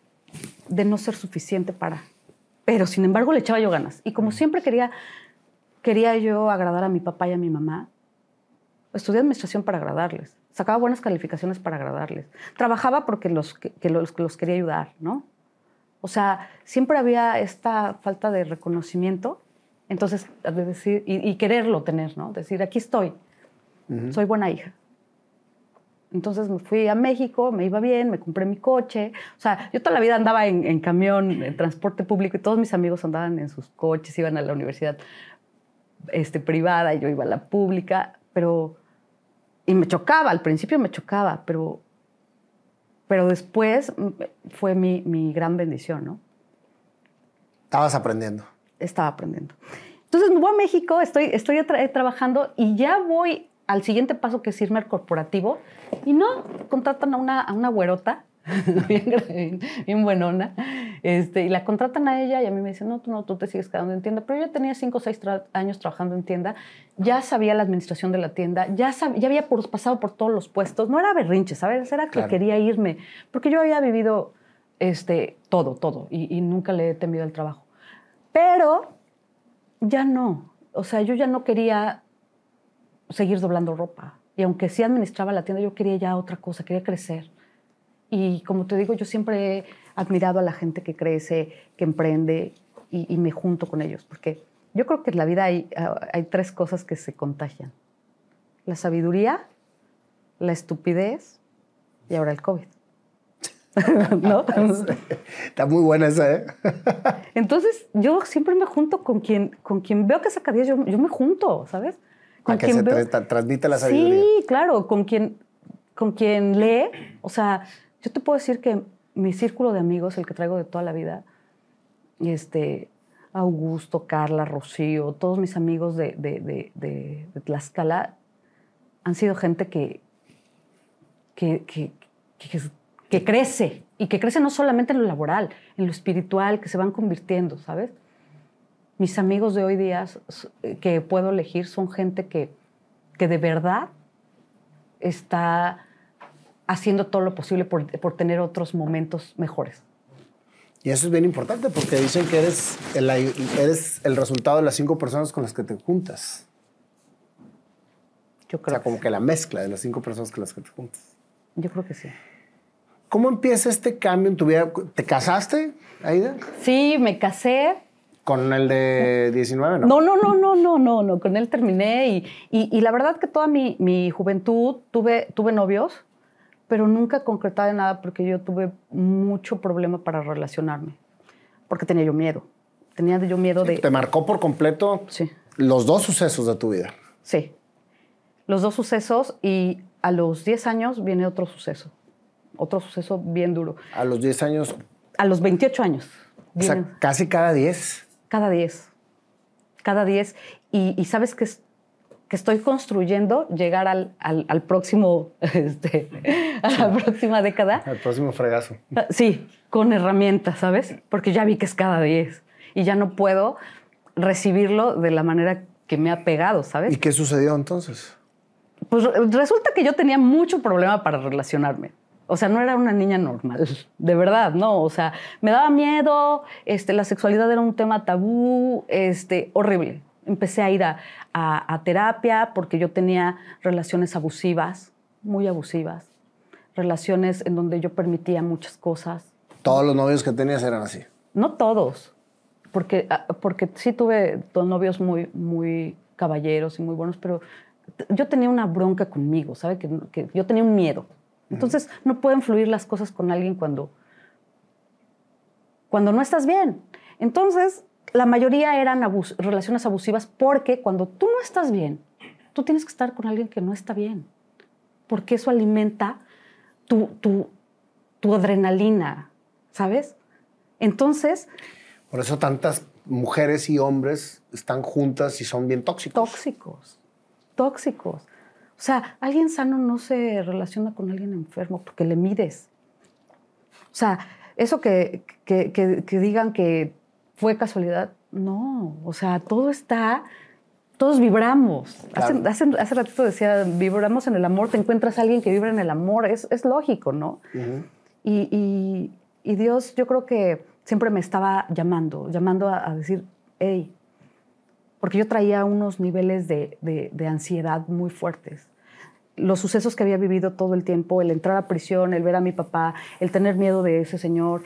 no ser suficiente para... Pero, sin embargo, le echaba yo ganas. Y como siempre quería yo agradar a mi papá y a mi mamá, estudié administración para agradarles. Sacaba buenas calificaciones para agradarles. Trabajaba porque los quería ayudar, ¿no? O sea, siempre había esta falta de reconocimiento. Entonces, de decir, y quererlo tener, ¿no? Decir, aquí estoy, soy buena hija. Entonces me fui a México, me iba bien, me compré mi coche. O sea, yo toda la vida andaba en camión, en transporte público, y todos mis amigos andaban en sus coches, iban a la universidad privada, y yo iba a la pública, y me chocaba, al principio me chocaba, pero después fue mi gran bendición, ¿no? Estabas aprendiendo. Estaba aprendiendo. Entonces me voy a México, estoy trabajando y ya voy al siguiente paso, que es irme al corporativo, y no, contratan a una güerota, bien buenona, y la contratan a ella y a mí me dicen, no, tú te sigues quedando en tienda. Pero yo tenía 5 o 6 años trabajando en tienda, ya sabía la administración de la tienda, ya había pasado por todos los puestos, no era berrinche, ¿sabes? Era que quería irme, porque yo había vivido todo, y nunca le he temido al trabajo. Pero ya no, o sea, yo ya no quería seguir doblando ropa. Y aunque sí administraba la tienda, yo quería ya otra cosa, quería crecer. Y como te digo, yo siempre he admirado a la gente que crece, que emprende, y me junto con ellos. Porque yo creo que en la vida hay 3 cosas que se contagian. La sabiduría, la estupidez y ahora el COVID. ¿No? Está muy buena esa, ¿eh? Entonces, yo siempre me junto con quien veo que saca 10, yo me junto, ¿sabes? Para que se transmite la sabiduría. Sí, claro, con quien lee. O sea, yo te puedo decir que mi círculo de amigos, el que traigo de toda la vida, Augusto, Carla, Rocío, todos mis amigos de Tlaxcala han sido gente que crece, y que crece no solamente en lo laboral, en lo espiritual, que se van convirtiendo, ¿sabes? Mis amigos de hoy día que puedo elegir son gente que de verdad está haciendo todo lo posible por tener otros momentos mejores. Y eso es bien importante, porque dicen que eres el resultado de las 5 personas con las que te juntas. Yo creo, o sea, como que la mezcla de las 5 personas con las que te juntas. Yo creo que sí. ¿Cómo empieza este cambio en tu vida? ¿Te casaste, Aida? Sí, me casé. ¿Con el de 19, no? No. Con él terminé y la verdad que toda mi juventud tuve novios, pero nunca concretaba en nada porque yo tuve mucho problema para relacionarme. Porque tenía yo miedo. Tenía yo miedo de... ¿Te marcó por completo los 2 sucesos de tu vida? Sí. Los 2 sucesos, y a los 10 años viene otro suceso. Otro suceso bien duro. ¿A los 10 años? A los 28 años. O sea, casi cada 10. Cada 10. Cada 10. Y sabes que estoy construyendo llegar al próximo, a la próxima década. Al próximo fregazo. Sí, con herramientas, ¿sabes? Porque ya vi que es cada 10. Y ya no puedo recibirlo de la manera que me ha pegado, ¿sabes? ¿Y qué sucedió entonces? Pues resulta que yo tenía mucho problema para relacionarme. O sea, no era una niña normal, de verdad, no. O sea, me daba miedo, la sexualidad era un tema tabú, horrible. Empecé a ir a terapia porque yo tenía relaciones abusivas, muy abusivas. Relaciones en donde yo permitía muchas cosas. ¿Todos los novios que tenías eran así? No todos, porque sí tuve novios muy, muy caballeros y muy buenos, pero yo tenía una bronca conmigo, ¿sabe? Que yo tenía un miedo. Entonces, no pueden fluir las cosas con alguien cuando no estás bien. Entonces, la mayoría eran relaciones abusivas porque cuando tú no estás bien, tú tienes que estar con alguien que no está bien. Porque eso alimenta tu adrenalina, ¿sabes? Entonces... Por eso tantas mujeres y hombres están juntas y son bien tóxicos. Tóxicos. O sea, alguien sano no se relaciona con alguien enfermo porque le mides. O sea, eso que digan que fue casualidad, no. O sea, todo está, todos vibramos. Claro. Hace ratito decía, vibramos en el amor, te encuentras a alguien que vibra en el amor. Es lógico, ¿no? Uh-huh. Y Dios, yo creo que siempre me estaba llamando a decir, hey, porque yo traía unos niveles de ansiedad muy fuertes. Los sucesos que había vivido todo el tiempo, el entrar a prisión, el ver a mi papá, el tener miedo de ese señor,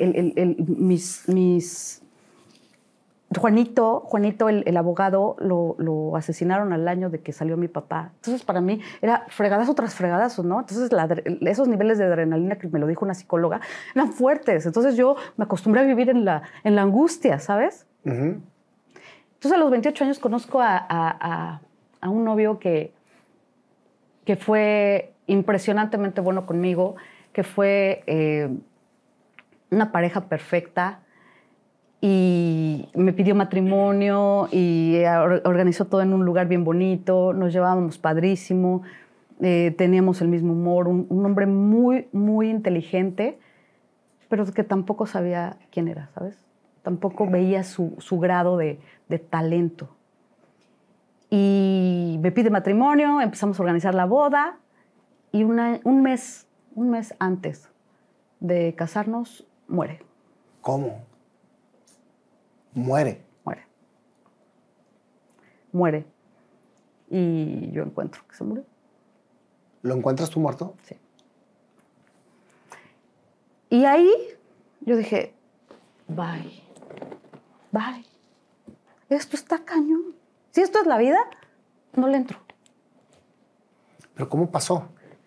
Juanito, el abogado, lo asesinaron al año de que salió mi papá. Entonces, para mí era fregadazo tras fregadazo, ¿no? Entonces, esos niveles de adrenalina, que me lo dijo una psicóloga, eran fuertes. Entonces, yo me acostumbré a vivir en la angustia, ¿sabes? Uh-huh. Entonces, a los 28 años conozco a un novio que fue impresionantemente bueno conmigo, que fue una pareja perfecta y me pidió matrimonio y organizó todo en un lugar bien bonito, nos llevábamos padrísimo, teníamos el mismo humor, un hombre muy, muy inteligente, pero que tampoco sabía quién era, ¿sabes? Tampoco veía su grado de talento. Y me pide matrimonio, empezamos a organizar la boda y un mes antes de casarnos, muere. ¿Cómo? Muere. Muere. Y yo encuentro que se murió. ¿Lo encuentras tú muerto? Sí. Y ahí yo dije, bye. Esto está cañón. Si esto es la vida, no le entro. ¿Pero cómo pasó?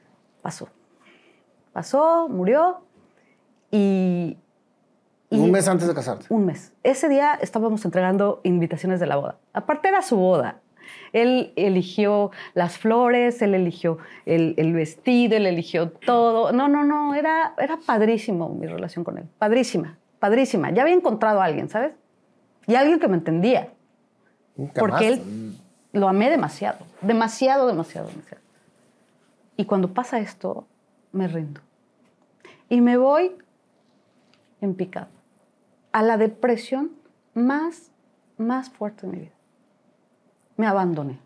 Pasó, murió y un mes antes de casarte. Un mes. Ese día estábamos entregando invitaciones de la boda. Aparte era su boda. Él eligió las flores, él eligió el vestido, él eligió todo. No, era padrísimo mi relación con él. Padrísima. Ya había encontrado a alguien, ¿sabes? Y alguien que me entendía. Porque él lo amé demasiado. Demasiado. Y cuando pasa esto, me rindo. Y me voy en picado a la depresión más fuerte de mi vida. Me abandoné.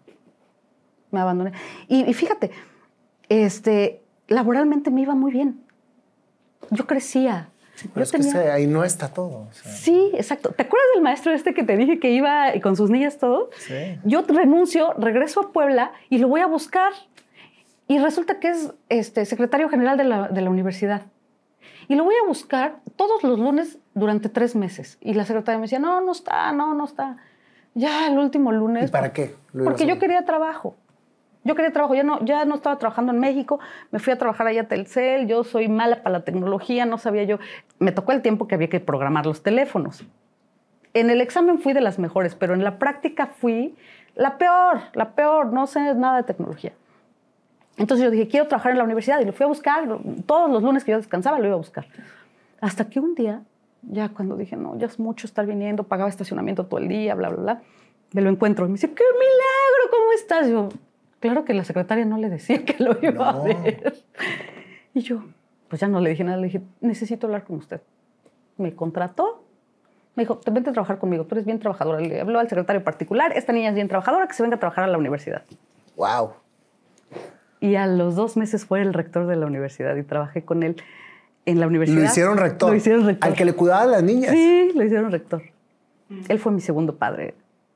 Y fíjate, laboralmente me iba muy bien. Yo crecía. Sí, pero que ahí no está todo. O sea. Sí, exacto. ¿Te acuerdas del maestro que te dije que iba con sus niñas todo? Sí. Yo renuncio, regreso a Puebla y lo voy a buscar. Y resulta que es secretario general de la universidad. Y lo voy a buscar todos los lunes durante 3 meses. Y la secretaria me decía, no está. Ya el último lunes. ¿Y para qué? Porque yo quería trabajo. Ya no estaba trabajando en México. Me fui a trabajar allá a Telcel. Yo soy mala para la tecnología, no sabía yo. Me tocó el tiempo que había que programar los teléfonos. En el examen fui de las mejores, pero en la práctica fui la peor. No sé nada de tecnología. Entonces yo dije, quiero trabajar en la universidad y lo fui a buscar. Todos los lunes que yo descansaba lo iba a buscar. Hasta que un día, ya cuando dije, no, ya es mucho estar viniendo, pagaba estacionamiento todo el día, bla, bla, bla, me lo encuentro. Y me dice, ¡qué milagro! ¿Cómo estás? Y yo, claro que la secretaria no le decía que lo iba a ver. Y yo, pues ya no le dije nada. Le dije, necesito hablar con usted. Me contrató. Me dijo, vente a trabajar conmigo. Tú eres bien trabajadora. Le habló al secretario particular. Esta niña es bien trabajadora, que se venga a trabajar a la universidad. ¡Wow! Y a los 2 meses fue el rector de la universidad y trabajé con él en la universidad. Lo hicieron rector. Al que le cuidaba a las niñas. Sí, lo hicieron rector. Él fue mi segundo padre.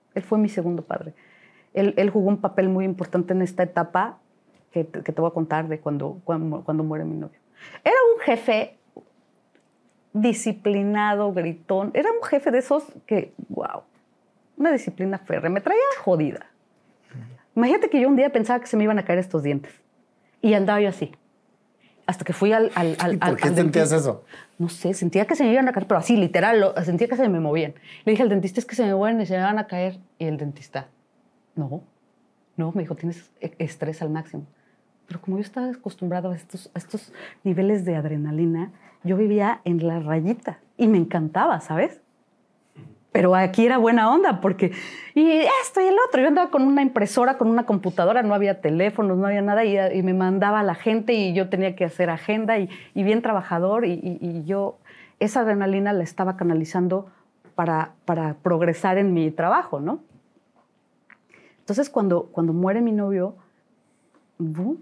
Él jugó un papel muy importante en esta etapa que te voy a contar de cuando muere mi novio. Era un jefe disciplinado, gritón. Era un jefe de esos que, wow, una disciplina férrea. Me traía jodida. Imagínate que yo un día pensaba que se me iban a caer estos dientes. Y andaba yo así. Hasta que fui al ¿Y por qué sentías eso? No sé, sentía que se me iban a caer, pero así, literal, sentía que se me movían. Le dije al dentista, es que se me mueven y se me van a caer. Y el dentista, no, me dijo, tienes estrés al máximo. Pero como yo estaba acostumbrado a estos niveles de adrenalina, yo vivía en la rayita y me encantaba, ¿sabes? Pero aquí era buena onda porque, y esto y el otro. Yo andaba con una impresora, con una computadora, no había teléfonos, no había nada, y me mandaba a la gente y yo tenía que hacer agenda y bien trabajador. Y yo esa adrenalina la estaba canalizando para progresar en mi trabajo, ¿no? Entonces, cuando muere mi novio, ¡bum!,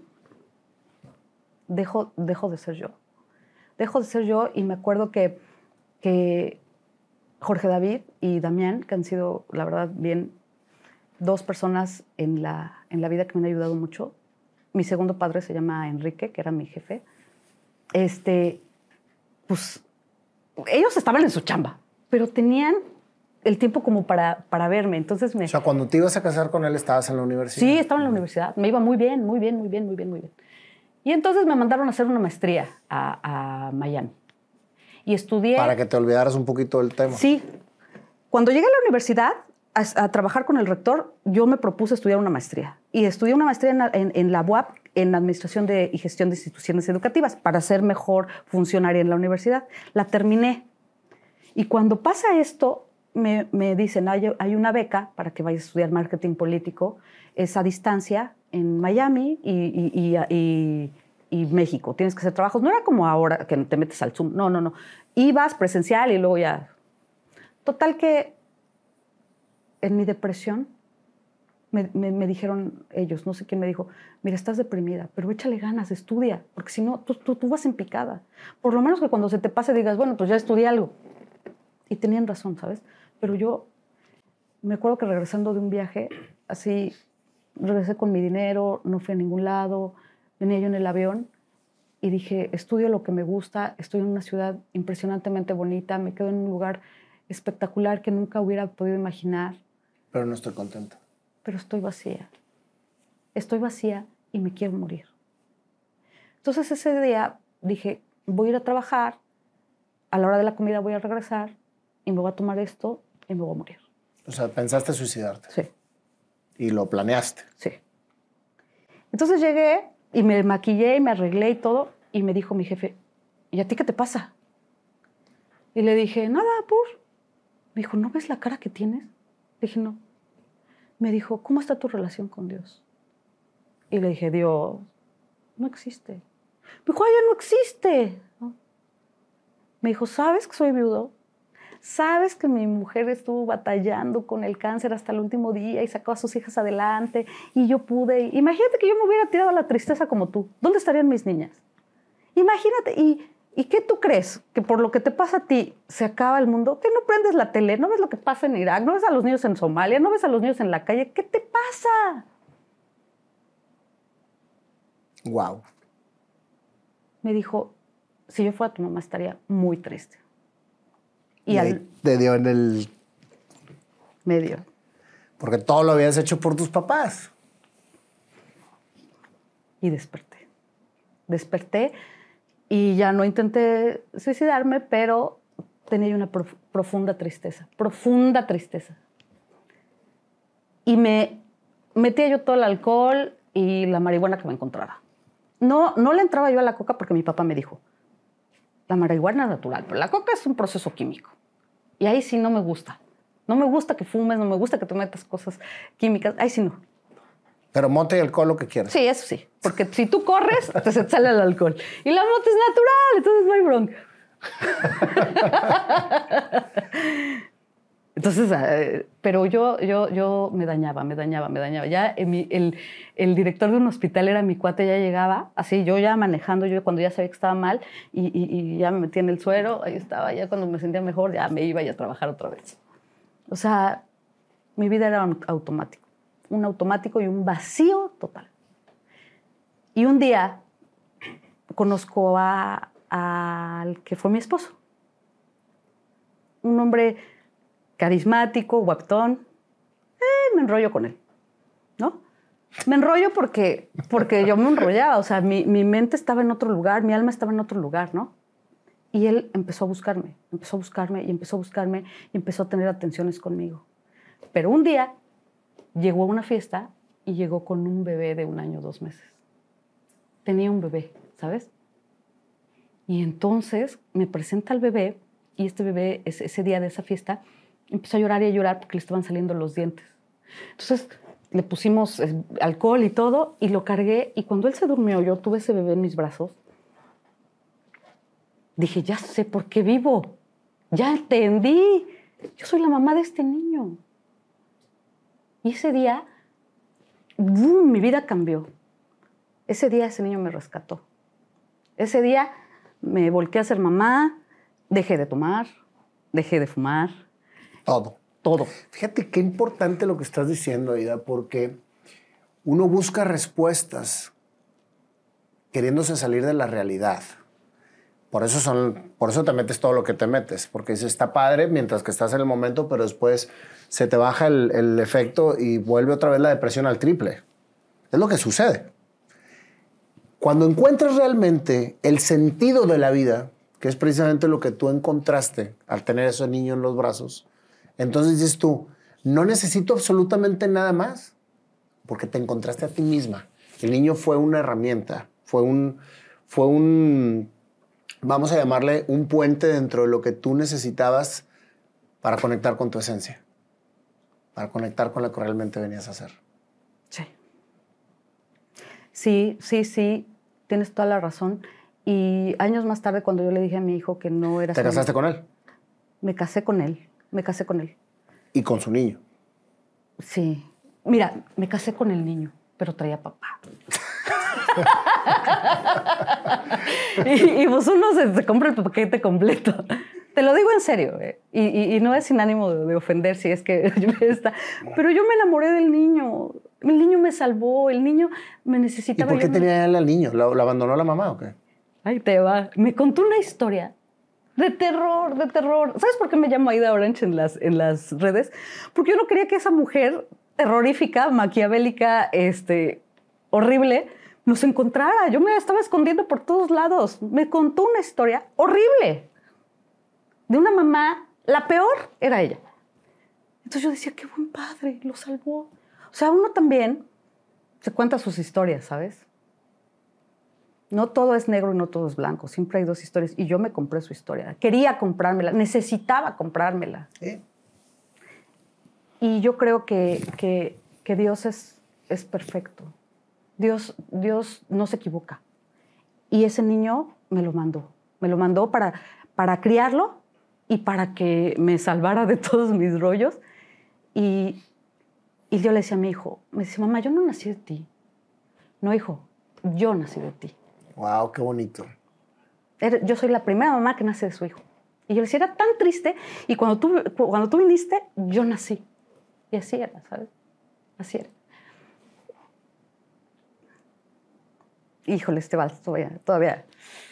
dejo de ser yo. Dejo de ser yo y me acuerdo que Jorge David y Damián, que han sido, la verdad, bien, dos personas en la vida que me han ayudado mucho. Mi segundo padre se llama Enrique, que era mi jefe. Pues ellos estaban en su chamba, pero tenían el tiempo como para verme. Entonces O sea, cuando te ibas a casar con él, estabas en la universidad. Sí, estaba en la universidad. Me iba muy bien, muy bien, muy bien, muy bien, muy bien. Y entonces me mandaron a hacer una maestría a Miami. Y estudié... Para que te olvidaras un poquito del tema. Sí. Cuando llegué a la universidad a trabajar con el rector, yo me propuse estudiar una maestría. Y estudié una maestría en la UAP, en Administración y Gestión de Instituciones Educativas, para ser mejor funcionaria en la universidad. La terminé. Y cuando pasa esto, me dicen, hay una beca para que vayas a estudiar marketing político, es a distancia en Miami y México. Tienes que hacer trabajos. No era como ahora que te metes al Zoom. No. Ibas presencial y luego ya. Total que en mi depresión me dijeron ellos, no sé quién me dijo, mira, estás deprimida, pero échale ganas, estudia, porque si no, tú vas en picada. Por lo menos que cuando se te pase digas, bueno, pues ya estudié algo. Y tenían razón, ¿sabes? Pero yo me acuerdo que regresando de un viaje, así, regresé con mi dinero, no fui a ningún lado, venía yo en el avión y dije, estudio lo que me gusta, estoy en una ciudad impresionantemente bonita, me quedo en un lugar espectacular que nunca hubiera podido imaginar. Pero no estoy contenta. Pero estoy vacía. Estoy vacía y me quiero morir. Entonces ese día dije, voy a ir a trabajar, a la hora de la comida voy a regresar y me voy a tomar esto y me voy a morir. O sea, pensaste suicidarte. Sí. Y lo planeaste. Sí. Entonces llegué y me maquillé y me arreglé y todo y me dijo mi jefe, ¿y a ti qué te pasa? Y le dije, nada, Me dijo, ¿no ves la cara que tienes? Le dije, no. Me dijo, ¿cómo está tu relación con Dios? Y le dije, Dios no existe. Me dijo, ya no existe. ¿No? Me dijo, ¿sabes que soy viudo? ¿Sabes que mi mujer estuvo batallando con el cáncer hasta el último día y sacó a sus hijas adelante y yo pude? Imagínate que yo me hubiera tirado a la tristeza como tú. ¿Dónde estarían mis niñas? Imagínate. ¿Y qué tú crees? ¿Que por lo que te pasa a ti se acaba el mundo? ¿Que no prendes la tele? ¿No ves lo que pasa en Irak? ¿No ves a los niños en Somalia? ¿No ves a los niños en la calle? ¿Qué te pasa? Wow. Me dijo, si yo fuera tu mamá estaría muy triste. Y ahí te dio en el... medio. Porque todo lo habías hecho por tus papás. Y desperté. Desperté y ya no intenté suicidarme, pero tenía una profunda tristeza. Profunda tristeza. Y me metía yo todo el alcohol y la marihuana que me encontrara. No le entraba yo a la coca porque mi papá me dijo, la marihuana es natural, pero la coca es un proceso químico. Y ahí sí no me gusta. No me gusta que fumes, no me gusta que te metas cosas químicas. Ahí sí no. Pero mota y alcohol lo que quieras. Sí, eso sí. Porque si tú corres, se te sale el alcohol. Y la mota es natural, entonces no hay bronca. Entonces, pero yo me dañaba. Ya el director de un hospital era mi cuate, ya llegaba, así yo ya manejando, yo cuando ya sabía que estaba mal y ya me metía en el suero, ahí estaba, ya cuando me sentía mejor ya me iba a trabajar otra vez. O sea, mi vida era un automático y un vacío total. Y un día conozco al que fue mi esposo, un hombre carismático, guapetón. Me enrollo con él, ¿no? Me enrollo porque yo me enrollaba, o sea, mi mente estaba en otro lugar, mi alma estaba en otro lugar, ¿no? Y él empezó a buscarme y empezó a tener atenciones conmigo. Pero un día llegó a una fiesta y llegó con un bebé de 1 año, 2 meses. Tenía un bebé, ¿sabes? Y entonces me presenta al bebé y este bebé, ese día de esa fiesta, Empezó a llorar y a llorar porque le estaban saliendo los dientes. Entonces le pusimos alcohol y todo y lo cargué. Y cuando él se durmió, yo tuve ese bebé en mis brazos. Dije, ya sé por qué vivo. Ya entendí. Yo soy la mamá de este niño. Y ese día, ¡bum!, mi vida cambió. Ese día ese niño me rescató. Ese día me volqué a ser mamá, dejé de tomar, dejé de fumar. Todo. Todo. Fíjate qué importante lo que estás diciendo, Aida, porque uno busca respuestas queriéndose salir de la realidad. Por eso te metes todo lo que te metes, porque dices, está padre mientras que estás en el momento, pero después se te baja el efecto y vuelve otra vez la depresión al triple. Es lo que sucede. Cuando encuentras realmente el sentido de la vida, que es precisamente lo que tú encontraste al tener a ese niño en los brazos, entonces dices tú, no necesito absolutamente nada más, porque te encontraste a ti misma. El niño fue una herramienta, fue un vamos a llamarle un puente dentro de lo que tú necesitabas para conectar con tu esencia, para conectar con lo que realmente venías a hacer. Sí. Sí, tienes toda la razón. Y años más tarde, cuando yo le dije a mi hijo que no era... ¿Te casaste con él? Me casé con él. ¿Y con su niño? Sí. Mira, me casé con el niño, pero traía papá. y pues uno se compra el paquete completo. Te lo digo en serio, y no es sin ánimo de ofender si es que está. Pero yo me enamoré del niño. El niño me salvó, el niño me necesitaba. ¿Y por qué tenía él al niño? ¿Lo abandonó la mamá o qué? Ahí te va. Me contó una historia de terror, de terror. ¿Sabes por qué me llamo Aida Orange en las redes? Porque yo no quería que esa mujer terrorífica, maquiavélica, horrible, nos encontrara. Yo me estaba escondiendo por todos lados. Me contó una historia horrible de una mamá. La peor era ella. Entonces yo decía, qué buen padre, lo salvó. O sea, uno también se cuenta sus historias, ¿sabes? No todo es negro y no todo es blanco. Siempre hay dos historias. Y yo me compré su historia. Quería comprármela. Necesitaba comprármela. Y yo creo que Dios es perfecto. Dios no se equivoca. Y ese niño me lo mandó. Me lo mandó para criarlo y para que me salvara de todos mis rollos. Y yo le decía a mi hijo, me decía, mamá, yo no nací de ti. No, hijo, yo nací de ti. Wow, qué bonito. Yo soy la primera mamá que nace de su hijo. Y yo le decía, era tan triste. Y cuando tú viniste, yo nací. Y así era, ¿sabes? Así era. Híjole, este vals todavía.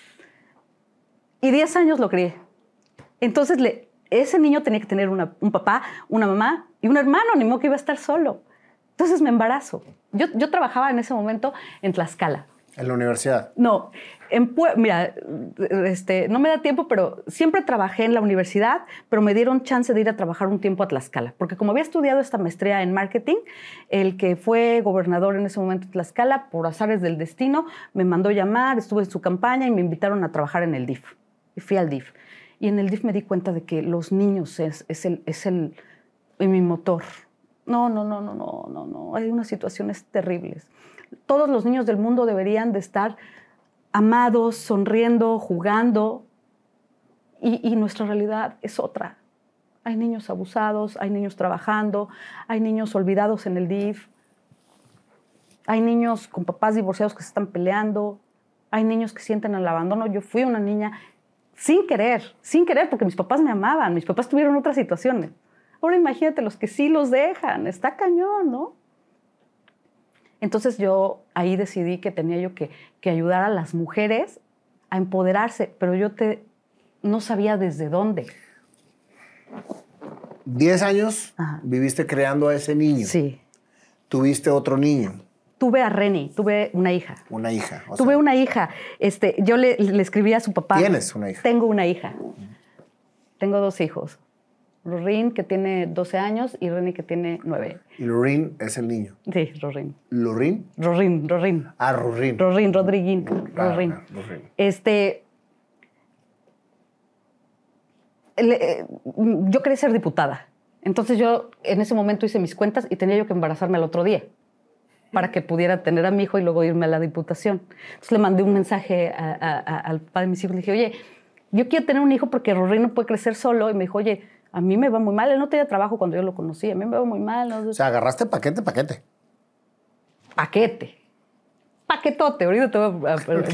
Y 10 años lo crié. Entonces, ese niño tenía que tener un papá, una mamá y un hermano, ni modo que iba a estar solo. Entonces me embarazo. Yo trabajaba en ese momento en Tlaxcala. ¿En la universidad? No, mira, no me da tiempo, pero siempre trabajé en la universidad, pero me dieron chance de ir a trabajar un tiempo a Tlaxcala, porque como había estudiado esta maestría en marketing, el que fue gobernador en ese momento de Tlaxcala, por azares del destino, me mandó llamar, estuve en su campaña y me invitaron a trabajar en el DIF. Y fui al DIF. Y en el DIF me di cuenta de que los niños es mi motor. No. Hay unas situaciones terribles. Todos los niños del mundo deberían de estar amados, sonriendo, jugando. Y nuestra realidad es otra. Hay niños abusados, hay niños trabajando, hay niños olvidados en el DIF, hay niños con papás divorciados que se están peleando, hay niños que sienten el abandono. Yo fui una niña sin querer, porque mis papás me amaban, mis papás tuvieron otras situaciones. Ahora imagínate los que sí los dejan, está cañón, ¿no? Entonces yo ahí decidí que tenía yo que ayudar a las mujeres a empoderarse, pero yo no sabía desde dónde. 10 años viviste creando a ese niño. Sí. ¿Tuviste otro niño? Tuve a Reni, tuve una hija. Una hija. Tuve una hija. Yo le escribí a su papá. ¿Tienes una hija? Tengo una hija. Tengo 2 hijos. Rorín, que tiene 12 años, y Reni, que tiene 9. ¿Y Rorín es el niño? Sí, Rorín. ¿Lorín? Rorín. Ah, Rorín. Rorín, Rodriguín. Rorín. Yo quería ser diputada. Entonces yo en ese momento hice mis cuentas y tenía yo que embarazarme al otro día para que pudiera tener a mi hijo y luego irme a la diputación. Entonces le mandé un mensaje al papá de mis hijos. Le dije, oye, yo quiero tener un hijo porque Rory no puede crecer solo. Y me dijo, oye, a mí me va muy mal. Él no tenía trabajo cuando yo lo conocí. A mí me va muy mal. ¿No? O sea, agarraste paquete. Paquetote, ahorita te voy a...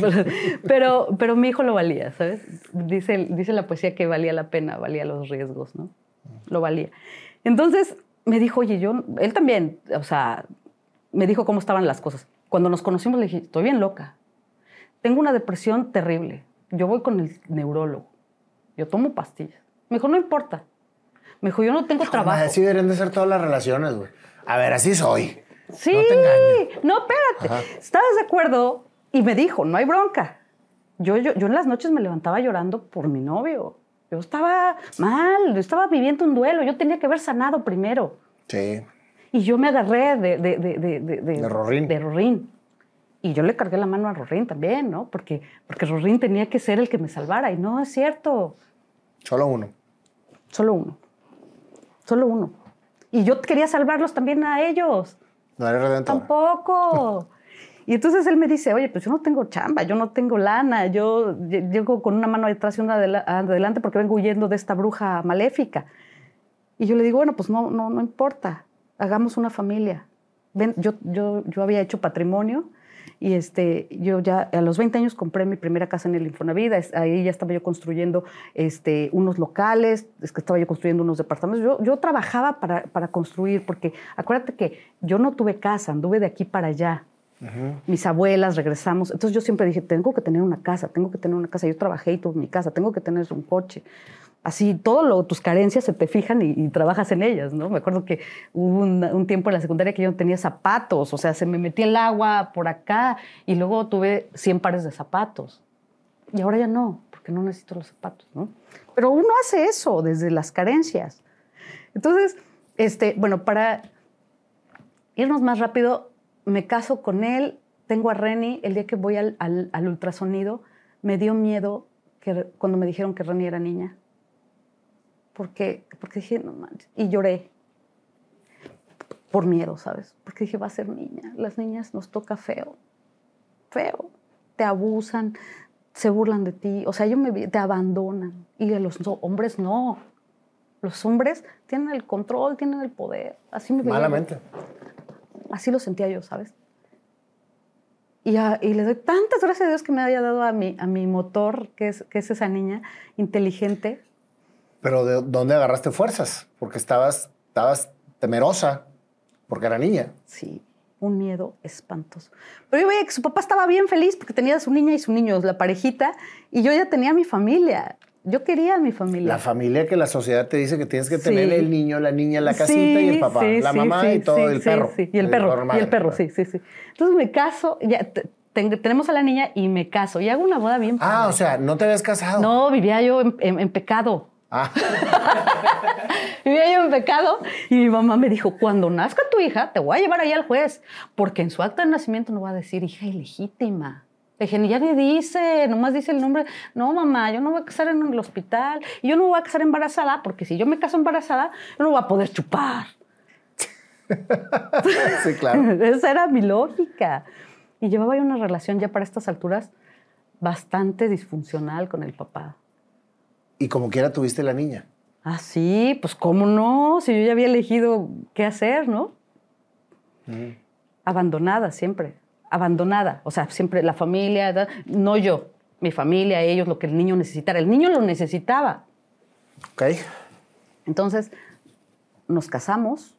pero mi hijo lo valía, ¿sabes? Dice la poesía que valía la pena, valía los riesgos, ¿no? Lo valía. Entonces me dijo, oye, él también, o sea, me dijo cómo estaban las cosas. Cuando nos conocimos le dije, estoy bien loca. Tengo una depresión terrible. Yo voy con el neurólogo. Yo tomo pastillas. Me dijo, no importa. Me dijo, yo no tengo trabajo. Así deberían de ser todas las relaciones, güey. A ver, así soy. Sí, no te engañes. No, espérate. Ajá. ¿Estabas de acuerdo? Y me dijo, no hay bronca. Yo en las noches me levantaba llorando por mi novio. Yo estaba mal, yo estaba viviendo un duelo. Yo tenía que haber sanado primero. Sí. Y yo me agarré de Rorín. De Rorín. Y yo le cargué la mano a Rorín también, ¿no? Porque Rorín tenía que ser el que me salvara. Y no es cierto. Solo uno. Solo uno. Y yo quería salvarlos también a ellos. No eres redentor. Tampoco. Y entonces él me dice, oye, pues yo no tengo chamba, yo no tengo lana, yo llego con una mano detrás y una adelante porque vengo huyendo de esta bruja maléfica. Y yo le digo, bueno, pues no importa, hagamos una familia. Ven, yo había hecho patrimonio y yo ya a los 20 años compré mi primera casa en el Infonavit. Ahí ya estaba yo construyendo unos locales, estaba yo construyendo unos departamentos. Yo trabajaba para construir, porque acuérdate que yo no tuve casa, anduve de aquí para allá. Uh-huh. Mis abuelas, regresamos. Entonces yo siempre dije, tengo que tener una casa. Yo trabajé y tuve mi casa, tengo que tener un coche. Así, tus carencias se te fijan y trabajas en ellas, ¿no? Me acuerdo que hubo un tiempo en la secundaria que yo no tenía zapatos, o sea, se me metía el agua por acá y luego tuve 100 pares de zapatos. Y ahora ya no, porque no necesito los zapatos, ¿no? Pero uno hace eso desde las carencias. Entonces, bueno, para irnos más rápido, me caso con él, tengo a Reni. El día que voy al ultrasonido, me dio miedo cuando me dijeron que Reni era niña. Porque dije, no manches, y lloré por miedo, ¿sabes? Porque dije, va a ser niña. Las niñas nos toca feo, te abusan, se burlan de ti, o sea, te abandonan. Y a los hombres no. Los hombres tienen el control, tienen el poder. Así me veía. Malamente. Así lo sentía yo, ¿sabes? Y le doy tantas gracias a Dios que me haya dado a mi motor, que es esa niña inteligente. Pero ¿de dónde agarraste fuerzas? Porque estabas temerosa, porque era niña. Sí, un miedo espantoso. Pero yo veía que su papá estaba bien feliz porque tenía a su niña y su niño, la parejita, y yo ya tenía mi familia. Yo quería a mi familia. La familia que la sociedad te dice que tienes que tener, el niño, la niña, la casita y el papá, la mamá y todo, el perro. Sí, y el perro, sí. Entonces me caso, ya tenemos a la niña y me caso. Y hago una boda bien padre. Ah, o sea, ¿no te habías casado? No, vivía yo en pecado. Ah. Vivía yo en pecado y mi mamá me dijo, cuando nazca tu hija, te voy a llevar ahí al juez, porque en su acta de nacimiento no va a decir hija ilegítima. Le dije, ya ni dice, nomás dice el nombre. No, mamá, yo no voy a casar en el hospital y yo no me voy a casar embarazada, porque si yo me caso embarazada, yo no voy a poder chupar. Sí, claro. Esa era mi lógica. Y llevaba yo una relación ya para estas alturas bastante disfuncional con el papá. Y como quiera tuviste la niña. Ah, sí, pues cómo no, si yo ya había elegido qué hacer, ¿no? Abandonada siempre, abandonada. O sea, siempre la familia, no yo, mi familia, ellos, lo que el niño necesitara. El niño lo necesitaba. Ok. Entonces, nos casamos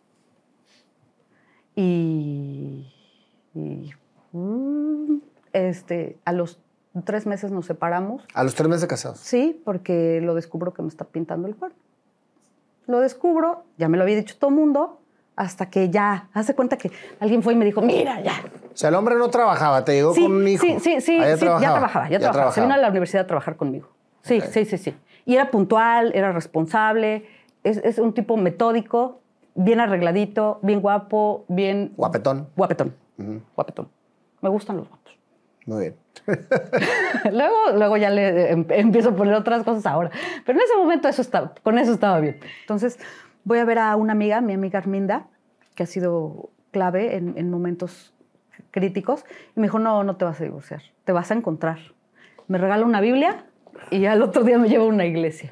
y a los 3 meses nos separamos. ¿A los 3 meses de casados? Sí, porque lo descubro que me está pintando el cuerno. Lo descubro, ya me lo había dicho todo el mundo, hasta que ya, haz de cuenta que alguien fue y me dijo, mira, ya. O sea, el hombre no trabajaba, te llegó con un hijo. Sí, ya trabajaba. Se vino a la universidad a trabajar conmigo. Sí, okay. Sí. Y era puntual, era responsable, es un tipo metódico, bien arregladito, bien guapo, bien... Guapetón. Guapetón. Guapetón. Me gustan los guapos. Muy bien. luego ya le empiezo a poner otras cosas ahora. Pero en ese momento con eso estaba bien. Entonces, voy a ver a una amiga, mi amiga Arminda, que ha sido clave en momentos críticos, y me dijo, no te vas a divorciar, te vas a encontrar. Me regala una Biblia y ya el otro día me lleva a una iglesia.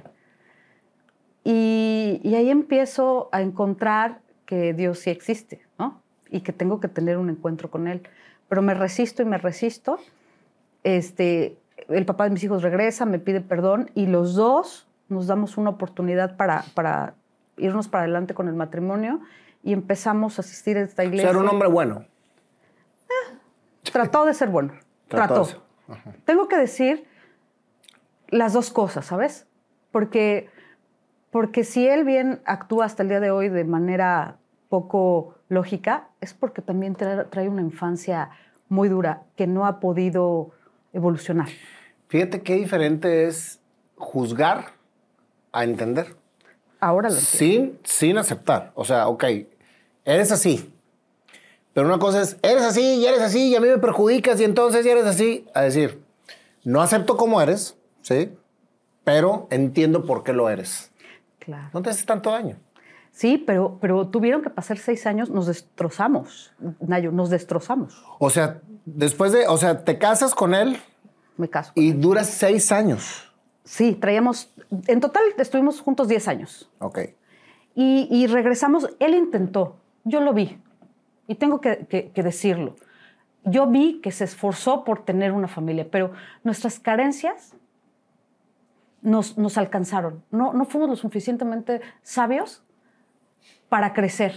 Y ahí empiezo a encontrar que Dios sí existe, ¿no? Y que tengo que tener un encuentro con Él. Pero me resisto y me resisto. El papá de mis hijos regresa, me pide perdón y los dos nos damos una oportunidad para irnos para adelante con el matrimonio y empezamos a asistir a esta iglesia. Ser un hombre bueno. Trató de ser bueno. Trató. Tengo que decir las dos cosas, ¿sabes? Porque si él bien actúa hasta el día de hoy de manera poco lógica, es porque también trae una infancia muy dura que no ha podido evolucionar. Fíjate qué diferente es juzgar a entender. Ahora lo entiendo. Sin aceptar. O sea, ok, eres así. Pero una cosa es, eres así y a mí me perjudicas y entonces eres así. A decir, no acepto cómo eres, ¿sí? Pero entiendo por qué lo eres. Claro. No te haces tanto daño. Sí, pero tuvieron que pasar 6 años, nos destrozamos, Nayo, nos destrozamos. O sea, te casas con él. Me caso. Y duras 6 años. Sí, en total estuvimos juntos 10 años. Ok. Y regresamos, él intentó, yo lo vi, y tengo que decirlo. Yo vi que se esforzó por tener una familia, pero nuestras carencias nos alcanzaron. No fuimos lo suficientemente sabios para crecer.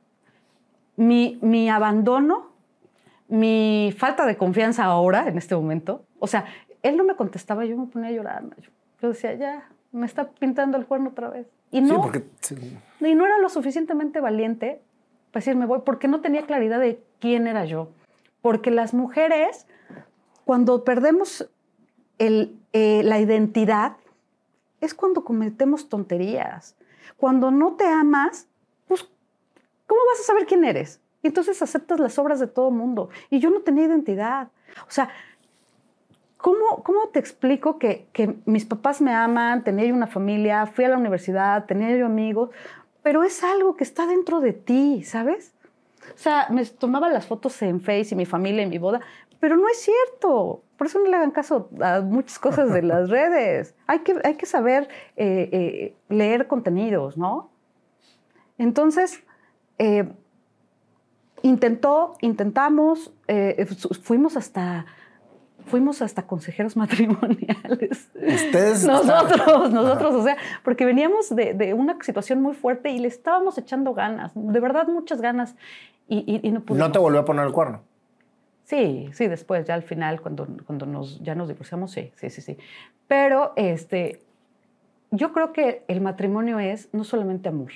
Mi abandono, mi falta de confianza ahora, en este momento, o sea, él no me contestaba, yo me ponía a llorar. Yo decía, ya, me está pintando el cuerno otra vez. Y no, y no era lo suficientemente valiente para decir, me voy, porque no tenía claridad de quién era yo. Porque las mujeres, cuando perdemos la identidad, es cuando cometemos tonterías. Cuando no te amas, pues, ¿cómo vas a saber quién eres? Y entonces aceptas las obras de todo mundo. Y yo no tenía identidad. O sea, ¿cómo te explico que mis papás me aman, tenía yo una familia, fui a la universidad, tenía yo amigos, pero es algo que está dentro de ti, ¿sabes? O sea, me tomaba las fotos en Face y mi familia y mi boda, pero no es cierto. Por eso no le hagan caso a muchas cosas de las redes. Hay que saber leer contenidos, ¿no? Entonces, intentamos, fuimos hasta consejeros matrimoniales. Ustedes. Nosotros, o sea, porque veníamos de una situación muy fuerte y le estábamos echando ganas, de verdad muchas ganas, y no pudimos. ¿No te volvió a poner el cuerno? Sí, después, ya al final, cuando ya nos divorciamos, sí. Pero yo creo que el matrimonio es no solamente amor,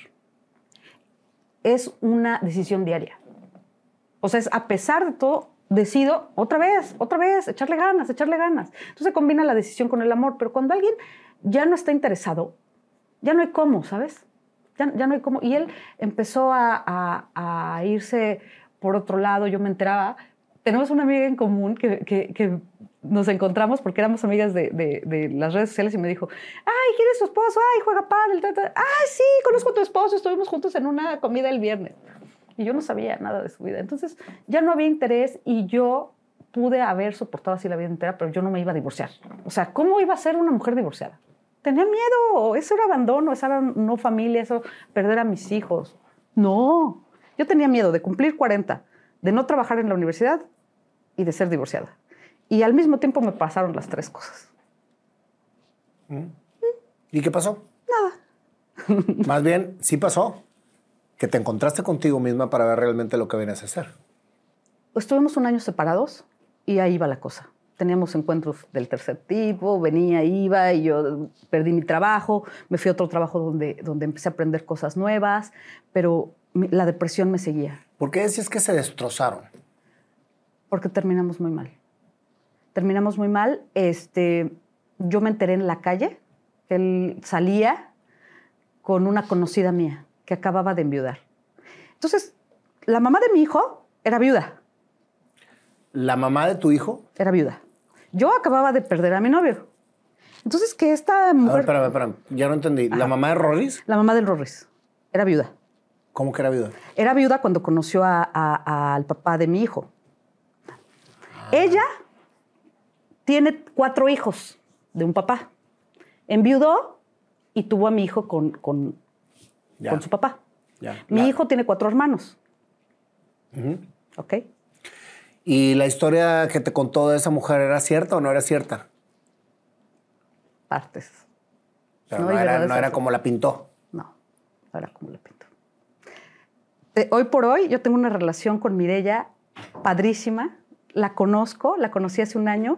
es una decisión diaria. O sea, es a pesar de todo, decido otra vez, echarle ganas. Entonces se combina la decisión con el amor, pero cuando alguien ya no está interesado, ya no hay cómo, ¿sabes? Ya no hay cómo. Y él empezó a irse por otro lado, yo me enteraba. Tenemos una amiga en común que nos encontramos porque éramos amigas de las redes sociales y me dijo, ay, ¿quién es tu esposo? Ay, juega pádel. Ay, sí, conozco a tu esposo, estuvimos juntos en una comida el viernes. Y yo no sabía nada de su vida. Entonces ya no había interés y yo pude haber soportado así la vida entera, pero yo no me iba a divorciar. O sea, ¿cómo iba a ser una mujer divorciada? Tenía miedo, eso era abandono, eso era no familia, eso perder a mis hijos. No, yo tenía miedo de cumplir 40, de no trabajar en la universidad y de ser divorciada. Y al mismo tiempo me pasaron las 3 cosas. ¿Y qué pasó? Nada. Más bien, sí pasó. Que te encontraste contigo misma para ver realmente lo que venías a hacer. Estuvimos 1 año separados y ahí iba la cosa. Teníamos encuentros del tercer tipo, venía, iba, y yo perdí mi trabajo, me fui a otro trabajo donde empecé a aprender cosas nuevas, pero la depresión me seguía. ¿Por qué decías que se destrozaron? Porque terminamos muy mal. Yo me enteré en la calle que él salía con una conocida mía que acababa de enviudar. Entonces, la mamá de mi hijo era viuda. ¿La mamá de tu hijo? Era viuda. Yo acababa de perder a mi novio. Entonces, que esta mujer... A ver, espérame. Ya no entendí. Ajá. ¿La mamá de Rorris? La mamá del Rorris. Era viuda. ¿Cómo que era viuda? Era viuda cuando conoció al papá de mi hijo. Ella tiene 4 hijos de un papá. Enviudó y tuvo a mi hijo con su papá. Mi hijo tiene 4 hermanos. ¿Ok? ¿Y la historia que te contó de esa mujer era cierta o no era cierta? Partes. Pero no era como la pintó. No era como la pintó. Hoy por hoy yo tengo una relación con Mireya padrísima. La conocí hace un año.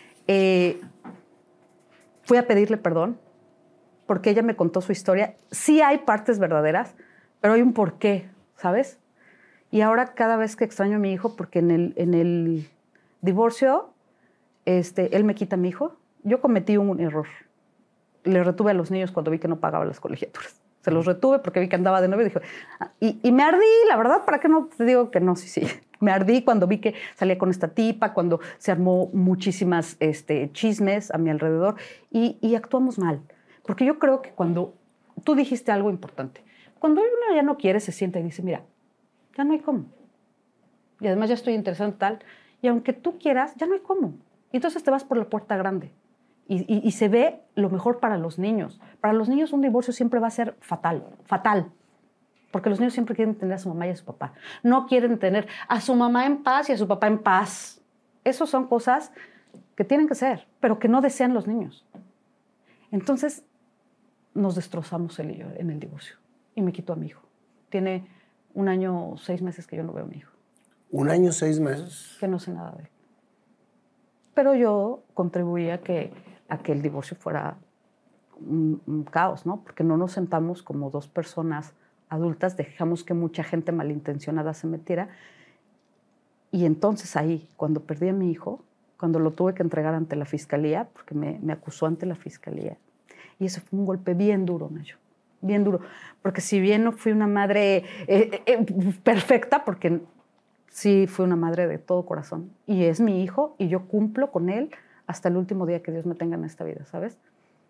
Fui a pedirle perdón porque ella me contó su historia. Sí hay partes verdaderas, pero hay un porqué, ¿sabes? Y ahora cada vez que extraño a mi hijo, porque en el divorcio, él me quita a mi hijo. Yo cometí un error. Le retuve a los niños cuando vi que no pagaba las colegiaturas. Se los retuve porque vi que andaba de novio y dije... Y me ardí, la verdad, ¿para qué no te digo que no? Sí. Me ardí cuando vi que salía con esta tipa, cuando se armó muchísimas chismes a mi alrededor y actuamos mal. Porque yo creo que cuando tú dijiste algo importante, cuando uno ya no quiere, se sienta y dice, mira, ya no hay cómo. Y además ya estoy interesado en tal. Y aunque tú quieras, ya no hay cómo. Y entonces te vas por la puerta grande. Y se ve lo mejor para los niños. Para los niños un divorcio siempre va a ser fatal. Porque los niños siempre quieren tener a su mamá y a su papá. No quieren tener a su mamá en paz y a su papá en paz. Esas son cosas que tienen que ser, pero que no desean los niños. Entonces nos destrozamos él y yo en el divorcio. Y me quitó a mi hijo. Tiene 1 año, 6 meses que yo no veo a mi hijo. 1 año, 6 meses. Que no sé nada de él. Pero yo contribuí a que el divorcio fuera un caos, ¿no? Porque no nos sentamos como 2 personas adultas, dejamos que mucha gente malintencionada se metiera. Y entonces ahí, cuando perdí a mi hijo, cuando lo tuve que entregar ante la fiscalía, porque me acusó ante la fiscalía, y eso fue un golpe bien duro, Nayo. Bien duro. Porque si bien no fui una madre perfecta, porque sí fui una madre de todo corazón, y es mi hijo, y yo cumplo con él hasta el último día que Dios me tenga en esta vida, ¿sabes?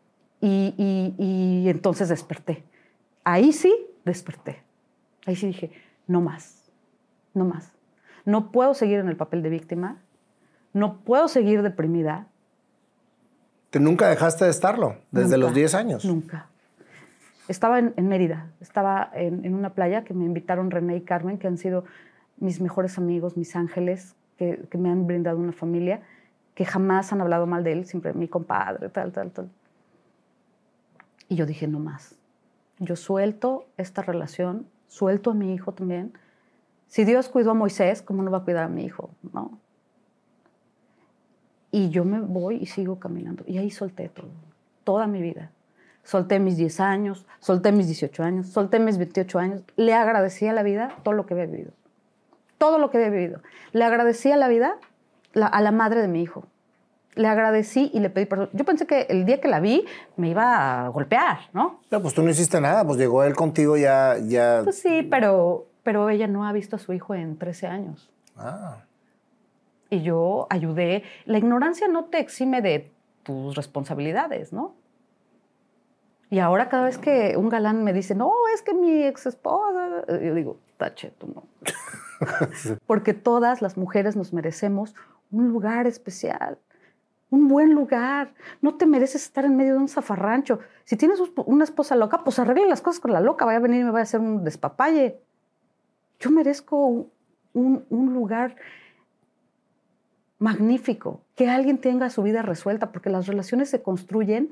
Y entonces desperté. Ahí sí desperté. Ahí sí dije, no más, no más. No puedo seguir en el papel de víctima, no puedo seguir deprimida. ¿Tú nunca dejaste de estarlo desde los 10 años? Nunca. Estaba en Mérida, estaba en una playa que me invitaron René y Carmen, que han sido mis mejores amigos, mis ángeles, que me han brindado una familia, que jamás han hablado mal de él, siempre mi compadre, tal. Y yo dije, no más. Yo suelto esta relación, suelto a mi hijo también. Si Dios cuidó a Moisés, ¿cómo no va a cuidar a mi hijo? ¿No? Y yo me voy y sigo caminando. Y ahí solté todo, toda mi vida. Solté mis 10 años, solté mis 18 años, solté mis 28 años. Le agradecí a la vida todo lo que había vivido. Todo lo que había vivido. Le agradecí a la vida, a la madre de mi hijo. Le agradecí y le pedí perdón. Yo pensé que el día que la vi me iba a golpear, ¿no? No, pues tú no hiciste nada, pues llegó él contigo ya... Pues sí, pero ella no ha visto a su hijo en 13 años. Ah. Y yo ayudé. La ignorancia no te exime de tus responsabilidades, ¿no? Y ahora cada vez que un galán me dice, no, es que mi ex esposa... Yo digo, tache, tú no. Porque todas las mujeres nos merecemos un lugar especial. Un buen lugar. No te mereces estar en medio de un zafarrancho. Si tienes una esposa loca, pues arregle las cosas con la loca. Vaya a venir y me vaya a hacer un despapalle. Yo merezco un lugar magnífico. Que alguien tenga su vida resuelta. Porque las relaciones se construyen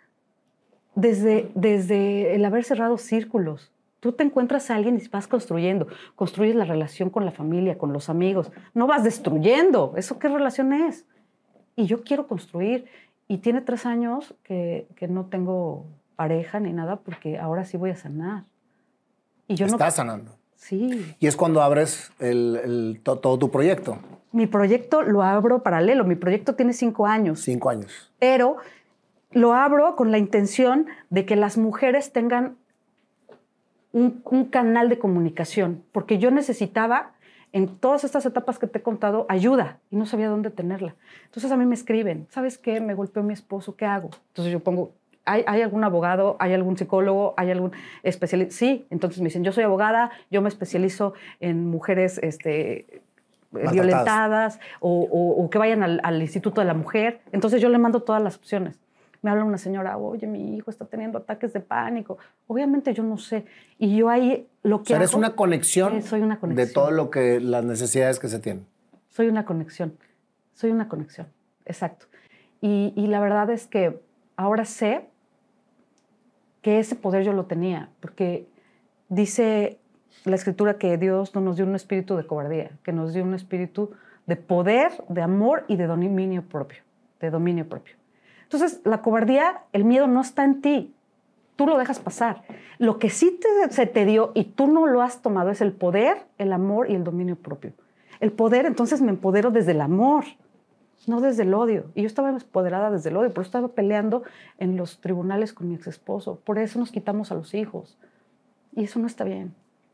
desde el haber cerrado círculos. Tú te encuentras a alguien y vas construyendo. Construyes la relación con la familia, con los amigos. No vas destruyendo. ¿Eso qué relación es? Y yo quiero construir. Y tiene 3 años que no tengo pareja ni nada porque ahora sí voy a sanar. Y yo ¿Estás sanando? Sí. Y es cuando abres todo tu proyecto. Mi proyecto lo abro paralelo. Mi proyecto tiene 5 años. 5 años. Pero lo abro con la intención de que las mujeres tengan un canal de comunicación. Porque yo necesitaba... En todas estas etapas que te he contado, ayuda y no sabía dónde tenerla. Entonces a mí me escriben, ¿sabes qué? Me golpeó mi esposo, ¿qué hago? Entonces yo pongo ¿hay algún abogado? ¿Hay algún psicólogo? ¿Hay algún especialista? Sí, entonces me dicen, yo soy abogada, yo me especializo en mujeres violentadas o que vayan al Instituto de la Mujer. Entonces yo le mando todas las opciones. Me habla una señora, oye, mi hijo está teniendo ataques de pánico. Obviamente yo no sé. Y yo ahí lo que eres una conexión, soy una conexión de todo lo que, las necesidades que se tienen. Soy una conexión, exacto. Y la verdad es que ahora sé que ese poder yo lo tenía, porque dice la Escritura que Dios no nos dio un espíritu de cobardía, que nos dio un espíritu de poder, de amor y de dominio propio, Entonces, la cobardía, el miedo no está en ti, tú lo dejas pasar. Lo que sí se te dio y tú no lo has tomado es el poder, el amor y el dominio propio. El poder, entonces me empodero desde el amor, no desde el odio. Y yo estaba empoderada desde el odio, por eso estaba peleando en los tribunales con mi ex esposo. Por eso nos quitamos a los hijos. Y eso no está bien.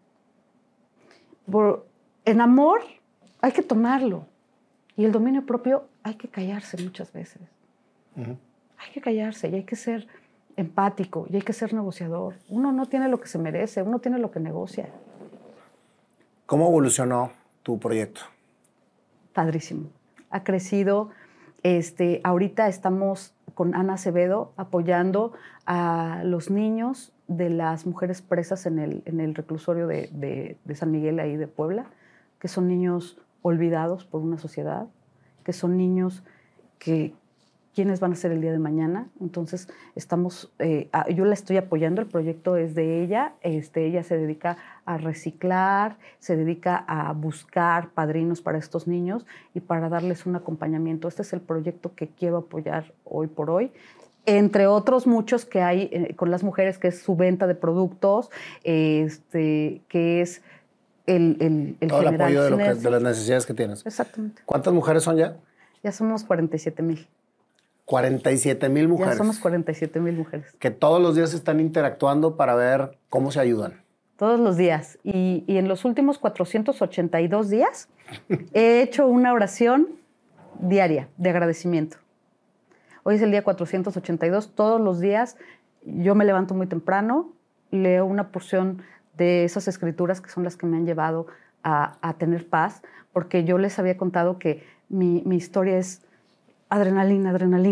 En amor hay que tomarlo. Y el dominio propio hay que callarse muchas veces. Hay que callarse y hay que ser empático y hay que ser negociador. Uno no tiene lo que se merece, uno tiene lo que negocia. ¿Cómo evolucionó tu proyecto? Padrísimo. Ha crecido. Ahorita estamos con Ana Acevedo apoyando a los niños de las mujeres presas en el reclusorio de San Miguel, ahí de Puebla, que son niños olvidados por una sociedad, que son niños que quiénes van a ser el día de mañana. Entonces, yo la estoy apoyando, el proyecto es de ella. Ella se dedica a reciclar, se dedica a buscar padrinos para estos niños y para darles un acompañamiento. Este es el proyecto que quiero apoyar hoy por hoy. Entre otros muchos que hay con las mujeres, que es su venta de productos, que es el todo el apoyo de sinergias. las necesidades que tienes. Exactamente. ¿Cuántas mujeres son ya? Ya somos 47,000. 47,000 mujeres. Ya somos 47,000 mujeres. Que todos los días están interactuando para ver cómo se ayudan. Todos los días. Y en los últimos 482 días he hecho una oración diaria de agradecimiento. Hoy es el día 482. Todos los días yo me levanto muy temprano, leo una porción de esas escrituras que son las que me han llevado a tener paz, porque yo les había contado que mi historia es adrenalina,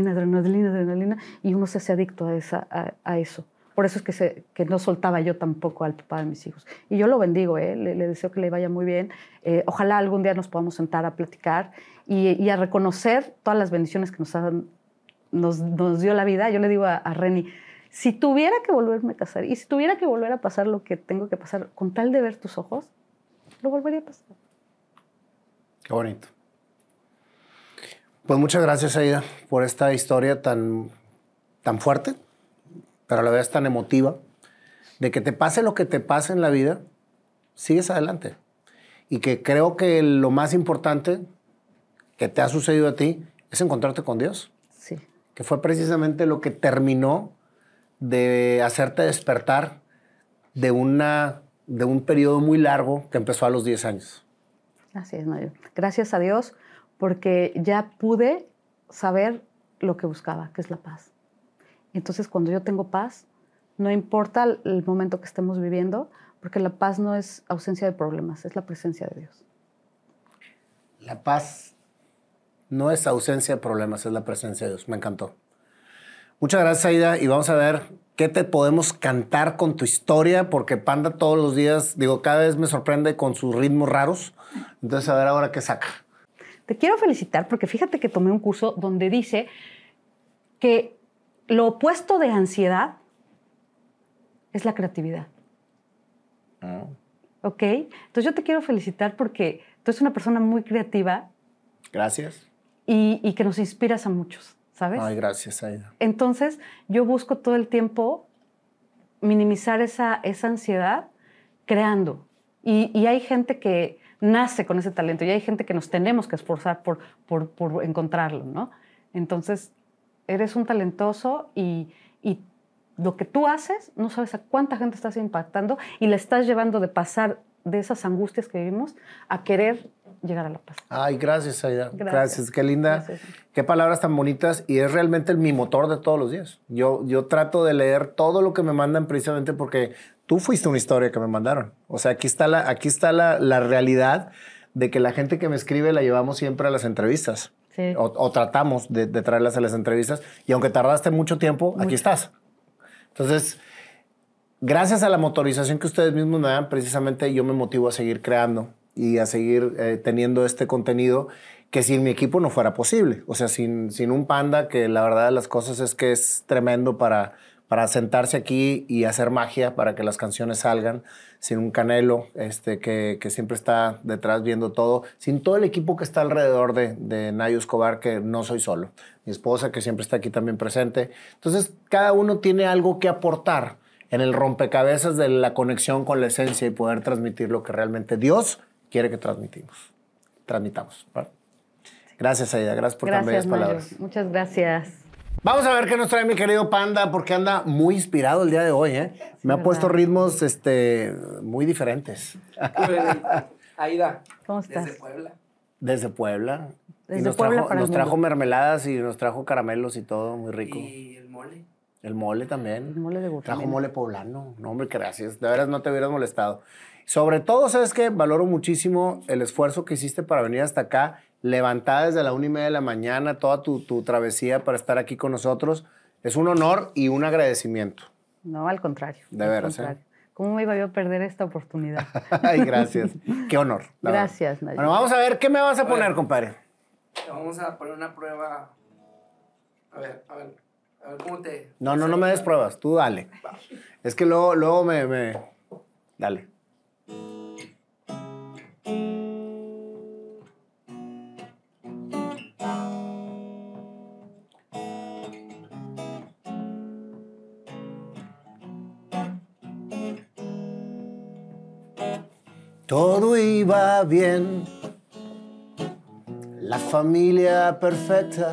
y uno se hace adicto a eso. Por eso es que no soltaba yo tampoco al papá de mis hijos. Y yo lo bendigo, le deseo que le vaya muy bien. Ojalá algún día nos podamos sentar a platicar y a reconocer todas las bendiciones que nos dio la vida. Yo le digo a Reni, si tuviera que volverme a casar y si tuviera que volver a pasar lo que tengo que pasar, con tal de ver tus ojos, lo volvería a pasar. Qué bonito. Pues muchas gracias, Aida, por esta historia tan fuerte, pero a la vez tan emotiva, de que te pase lo que te pase en la vida, sigues adelante. Y que creo que lo más importante que te ha sucedido a ti es encontrarte con Dios. Sí. Que fue precisamente lo que terminó de hacerte despertar de un periodo muy largo que empezó a los 10 años. Así es, Mario. Gracias a Dios, porque ya pude saber lo que buscaba, que es la paz. Entonces, cuando yo tengo paz, no importa el momento que estemos viviendo, porque la paz no es ausencia de problemas, es la presencia de Dios. La paz no es ausencia de problemas, es la presencia de Dios. Me encantó. Muchas gracias, Aida, y vamos a ver qué te podemos cantar con tu historia, porque Panda todos los días, cada vez me sorprende con sus ritmos raros. Entonces, a ver ahora qué saca. Te quiero felicitar porque fíjate que tomé un curso donde dice que lo opuesto de ansiedad es la creatividad. ¿Ok? Entonces yo te quiero felicitar porque tú eres una persona muy creativa. Gracias. Y que nos inspiras a muchos, ¿sabes? Ay, gracias, Aida. Entonces yo busco todo el tiempo minimizar esa ansiedad creando. Y hay gente que nace con ese talento y hay gente que nos tenemos que esforzar por encontrarlo, ¿no? Entonces, eres un talentoso y lo que tú haces, no sabes a cuánta gente estás impactando y le estás llevando de pasar de esas angustias que vivimos a querer llegar a La Paz. Ay, gracias, Aida. Gracias. Qué linda. Gracias. Qué palabras tan bonitas. Y es realmente mi motor de todos los días. Yo trato de leer todo lo que me mandan precisamente porque tú fuiste una historia que me mandaron. O sea, aquí está la realidad de que la gente que me escribe la llevamos siempre a las entrevistas. Sí. O tratamos de traerlas a las entrevistas. Y aunque tardaste mucho tiempo, aquí estás. Entonces, gracias a la motorización que ustedes mismos me dan, precisamente yo me motivo a seguir creando y a seguir teniendo este contenido que sin mi equipo no fuera posible. O sea, sin un Panda, que la verdad de las cosas es que es tremendo para sentarse aquí y hacer magia para que las canciones salgan, sin un Canelo que siempre está detrás viendo todo, sin todo el equipo que está alrededor de Nayo Escobar, que no soy solo. Mi esposa, que siempre está aquí también presente. Entonces, cada uno tiene algo que aportar en el rompecabezas de la conexión con la esencia y poder transmitir lo que realmente Dios quiere que transmitamos. ¿Vale? Gracias, Aida. Gracias por tan bellas palabras. Nayo. Muchas gracias. Vamos a ver qué nos trae mi querido Panda, porque anda muy inspirado el día de hoy, ¿eh? Sí, me ha verdad. puesto ritmos muy diferentes. Aida. ¿Cómo estás? Desde Puebla. Desde Puebla. Desde Y nos Puebla trajo, para el nos trajo mundo. mermeladas y nos trajo caramelos y todo, muy rico. Y el mole. El mole también. El mole de burro. Trajo mole poblano. No, hombre, gracias. De veras no te hubieras molestado. Sobre todo, ¿sabes qué? Valoro muchísimo el esfuerzo que hiciste para venir hasta acá, levantada desde la 1:30 de la mañana, toda tu travesía para estar aquí con nosotros. Es un honor y un agradecimiento. No, al contrario. De al veras, contrario. ¿Cómo me iba yo a perder esta oportunidad? Ay, gracias. Qué honor. la verdad. Gracias, Nayo. Bueno, vamos a ver, ¿qué me vas a A ver. poner, compadre? Vamos a poner una prueba. A ver cómo te... No me des pruebas, tú dale. Es que luego me... Dale. Todo iba bien, la familia perfecta,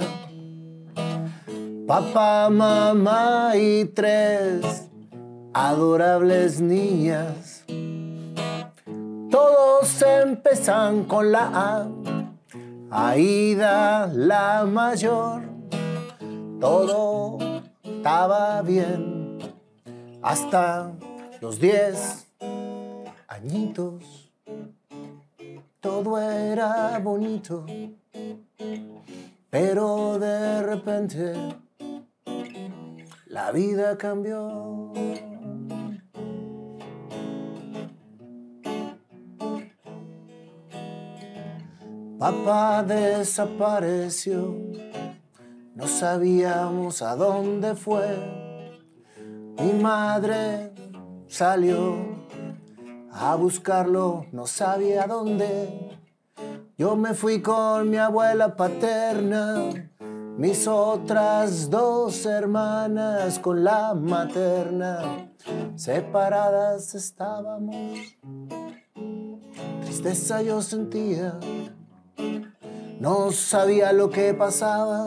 papá, mamá y 3 adorables niñas. Todos empiezan con la A, Aida la mayor. Todo estaba bien hasta los 10 añitos. Todo era bonito, pero de repente la vida cambió. Papá desapareció, no sabíamos a dónde fue. Mi madre salió a buscarlo, no sabía dónde. Yo me fui con mi abuela paterna, mis otras 2 hermanas con la materna. Separadas estábamos, tristeza yo sentía, no sabía lo que pasaba,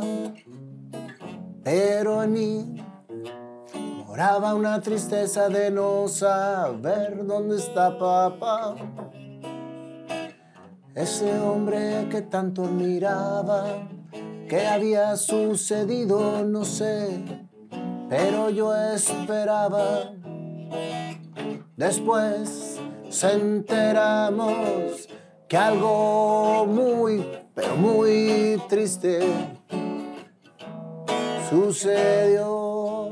pero en mí moraba una tristeza de no saber dónde está papá. Ese hombre que tanto admiraba, ¿qué había sucedido? No sé, pero yo esperaba. Después se enteramos que algo muy, pero muy triste sucedió.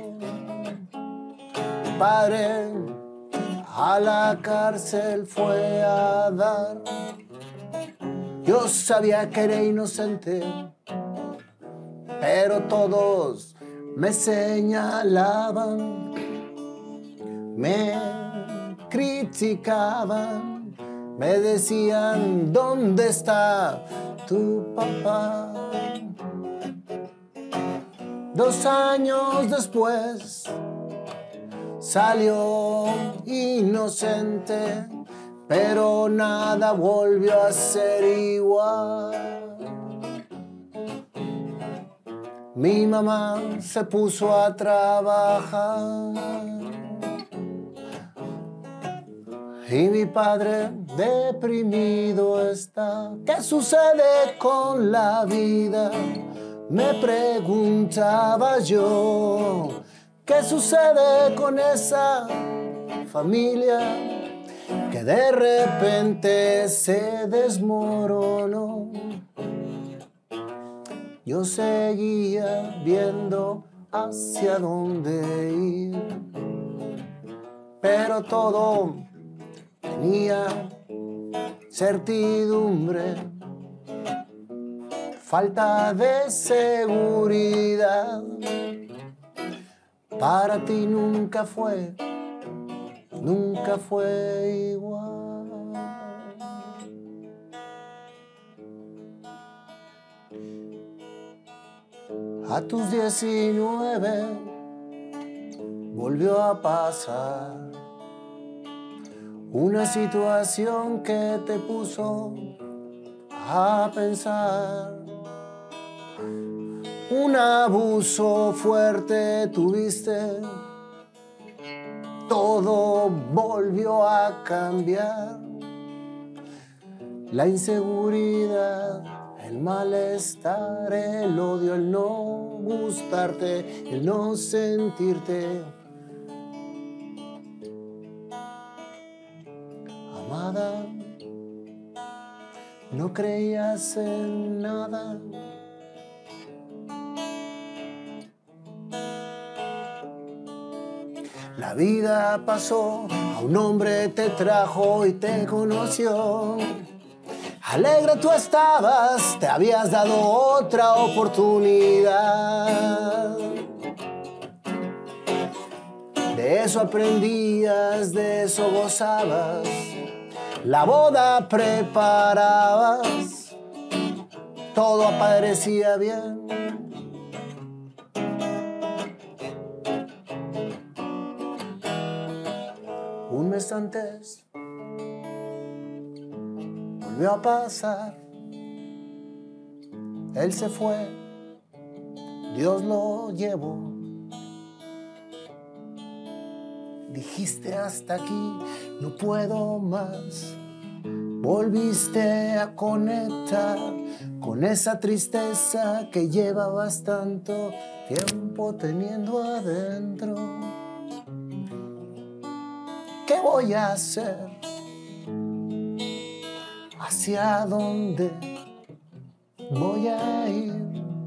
Mi padre a la cárcel fue a dar. Yo sabía que era inocente, pero todos me señalaban, me criticaban, me decían, ¿dónde está tu papá? 2 años después salió inocente, pero nada volvió a ser igual. Mi mamá se puso a trabajar y mi padre deprimido está. ¿Qué sucede con la vida? Me preguntaba yo. ¿Qué sucede con esa familia que de repente se desmoronó? Yo seguía viendo hacia dónde ir, pero todo tenía certidumbre, falta de seguridad. Para ti nunca fue igual. A tus 19 volvió a pasar una situación que te puso a pensar. Un abuso fuerte tuviste, todo volvió a cambiar. La inseguridad, el malestar, el odio, el no gustarte, el no sentirte amada. No creías en nada. La vida pasó, a un hombre te trajo y te conoció. Alegre tú estabas, te habías dado otra oportunidad. De eso aprendías, de eso gozabas. La boda preparabas, todo parecía bien. Un mes antes volvió a pasar. Él se fue, Dios lo llevó. Dijiste hasta aquí, no puedo más. Volviste a conectar con esa tristeza que llevabas tanto tiempo teniendo adentro. ¿Qué voy a hacer? ¿Hacia dónde voy a ir?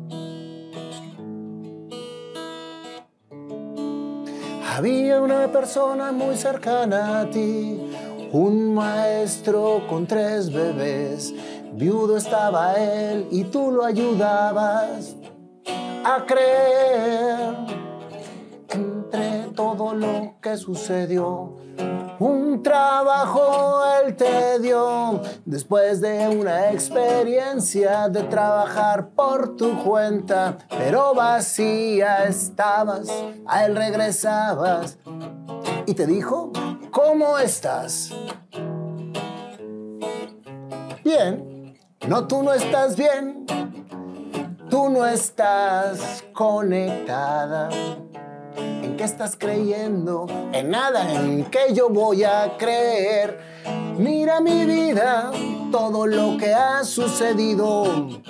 Había una persona muy cercana a ti, un maestro con 3 bebés. Viudo estaba él y tú lo ayudabas a creer. Entre todo lo que sucedió, un trabajo él te dio. Después de una experiencia de trabajar por tu cuenta, pero vacía estabas, a él regresabas y te dijo, ¿cómo estás? Bien. No, tú no estás bien. Tú no estás conectada. ¿En qué estás creyendo? En nada, ¿en qué yo voy a creer? Mira mi vida, todo lo que ha sucedido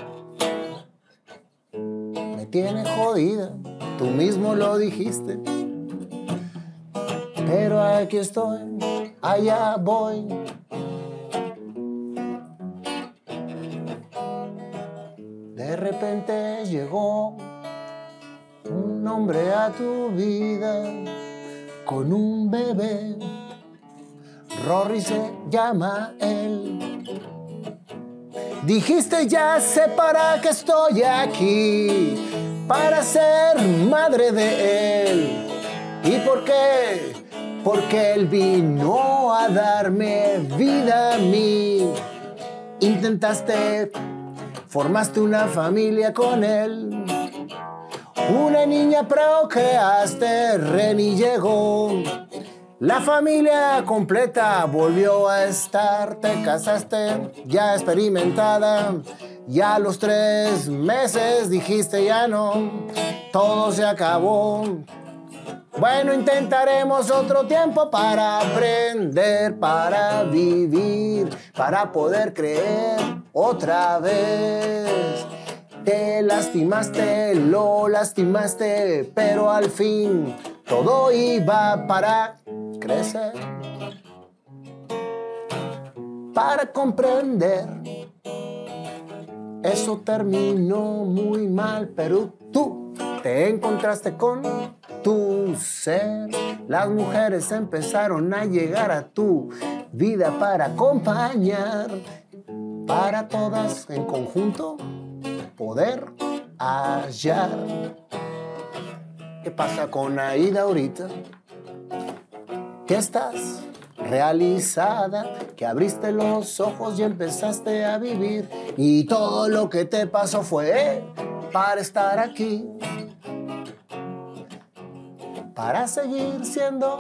me tiene jodida, tú mismo lo dijiste. Pero aquí estoy, allá voy. De repente llegó un hombre a tu vida con un bebé. Rory se llama él. Dijiste, ya sé para qué estoy aquí, para ser madre de él. ¿Y por qué? Porque él vino a darme vida a mí. Intentaste, formaste una familia con él. Una niña procreaste, Reni llegó. La familia completa volvió a estar. Te casaste, ya experimentada. Ya a los 3 meses dijiste ya no. Todo se acabó. Bueno, intentaremos otro tiempo para aprender, para vivir, para poder creer otra vez. Te lastimaste, lo lastimaste, pero al fin todo iba para crecer, para comprender. Eso terminó muy mal, pero tú te encontraste con tu ser. Las mujeres empezaron a llegar a tu vida para acompañar, para todas en conjunto poder hallar. ¿Qué pasa con Aida ahorita? Que estás realizada, que abriste los ojos y empezaste a vivir, y todo lo que te pasó fue para estar aquí, para seguir siendo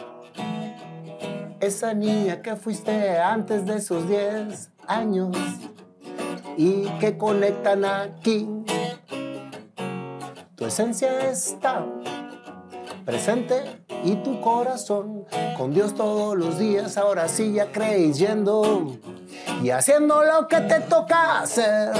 esa niña que fuiste antes de esos 10 años y que conectan aquí. Tu esencia está presente y tu corazón con Dios todos los días. Ahora sí ya creyendo y haciendo lo que te toca hacer.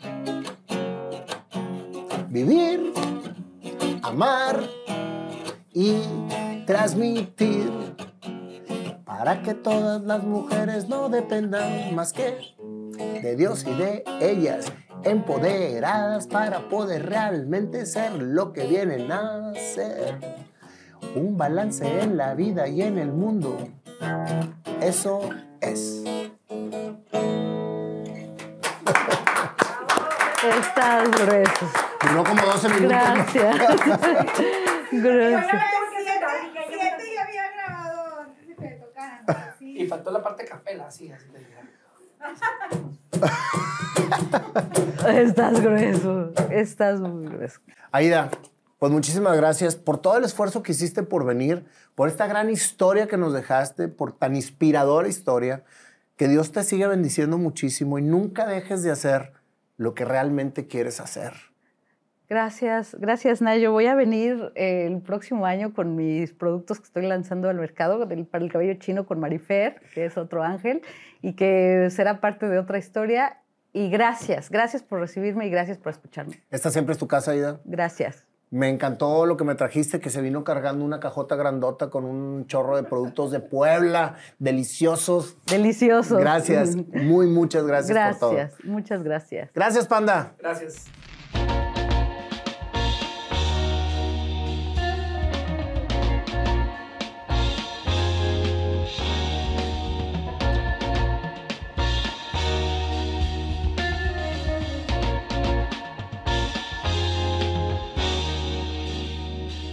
Vivir, amar y transmitir, para que todas las mujeres no dependan más que de Dios y de ellas, empoderadas para poder realmente ser lo que vienen a ser. Un balance en la vida y en el mundo, eso es. Estás grueso. Duró como 12 minutos. Gracias. Gracias. Ya había grabado antes de que le tocaran. Sí. Y faltó la parte capela, así de llegar. Estás grueso. Estás muy grueso. Aida, pues muchísimas gracias por todo el esfuerzo que hiciste por venir, por esta gran historia que nos dejaste, por tan inspiradora historia. Que Dios te siga bendiciendo muchísimo y nunca dejes de hacer lo que realmente quieres hacer. Gracias, Nayo. Voy a venir el próximo año con mis productos que estoy lanzando al mercado para el cabello chino con Marifer, que es otro ángel, y que será parte de otra historia. Y gracias por recibirme y gracias por escucharme. ¿Esta siempre es tu casa, Aida? Gracias. Me encantó lo que me trajiste, que se vino cargando una cajota grandota con un chorro de productos de Puebla, deliciosos. Deliciosos. Gracias, muchas gracias por todo. Muchas gracias. Gracias, Panda. Gracias.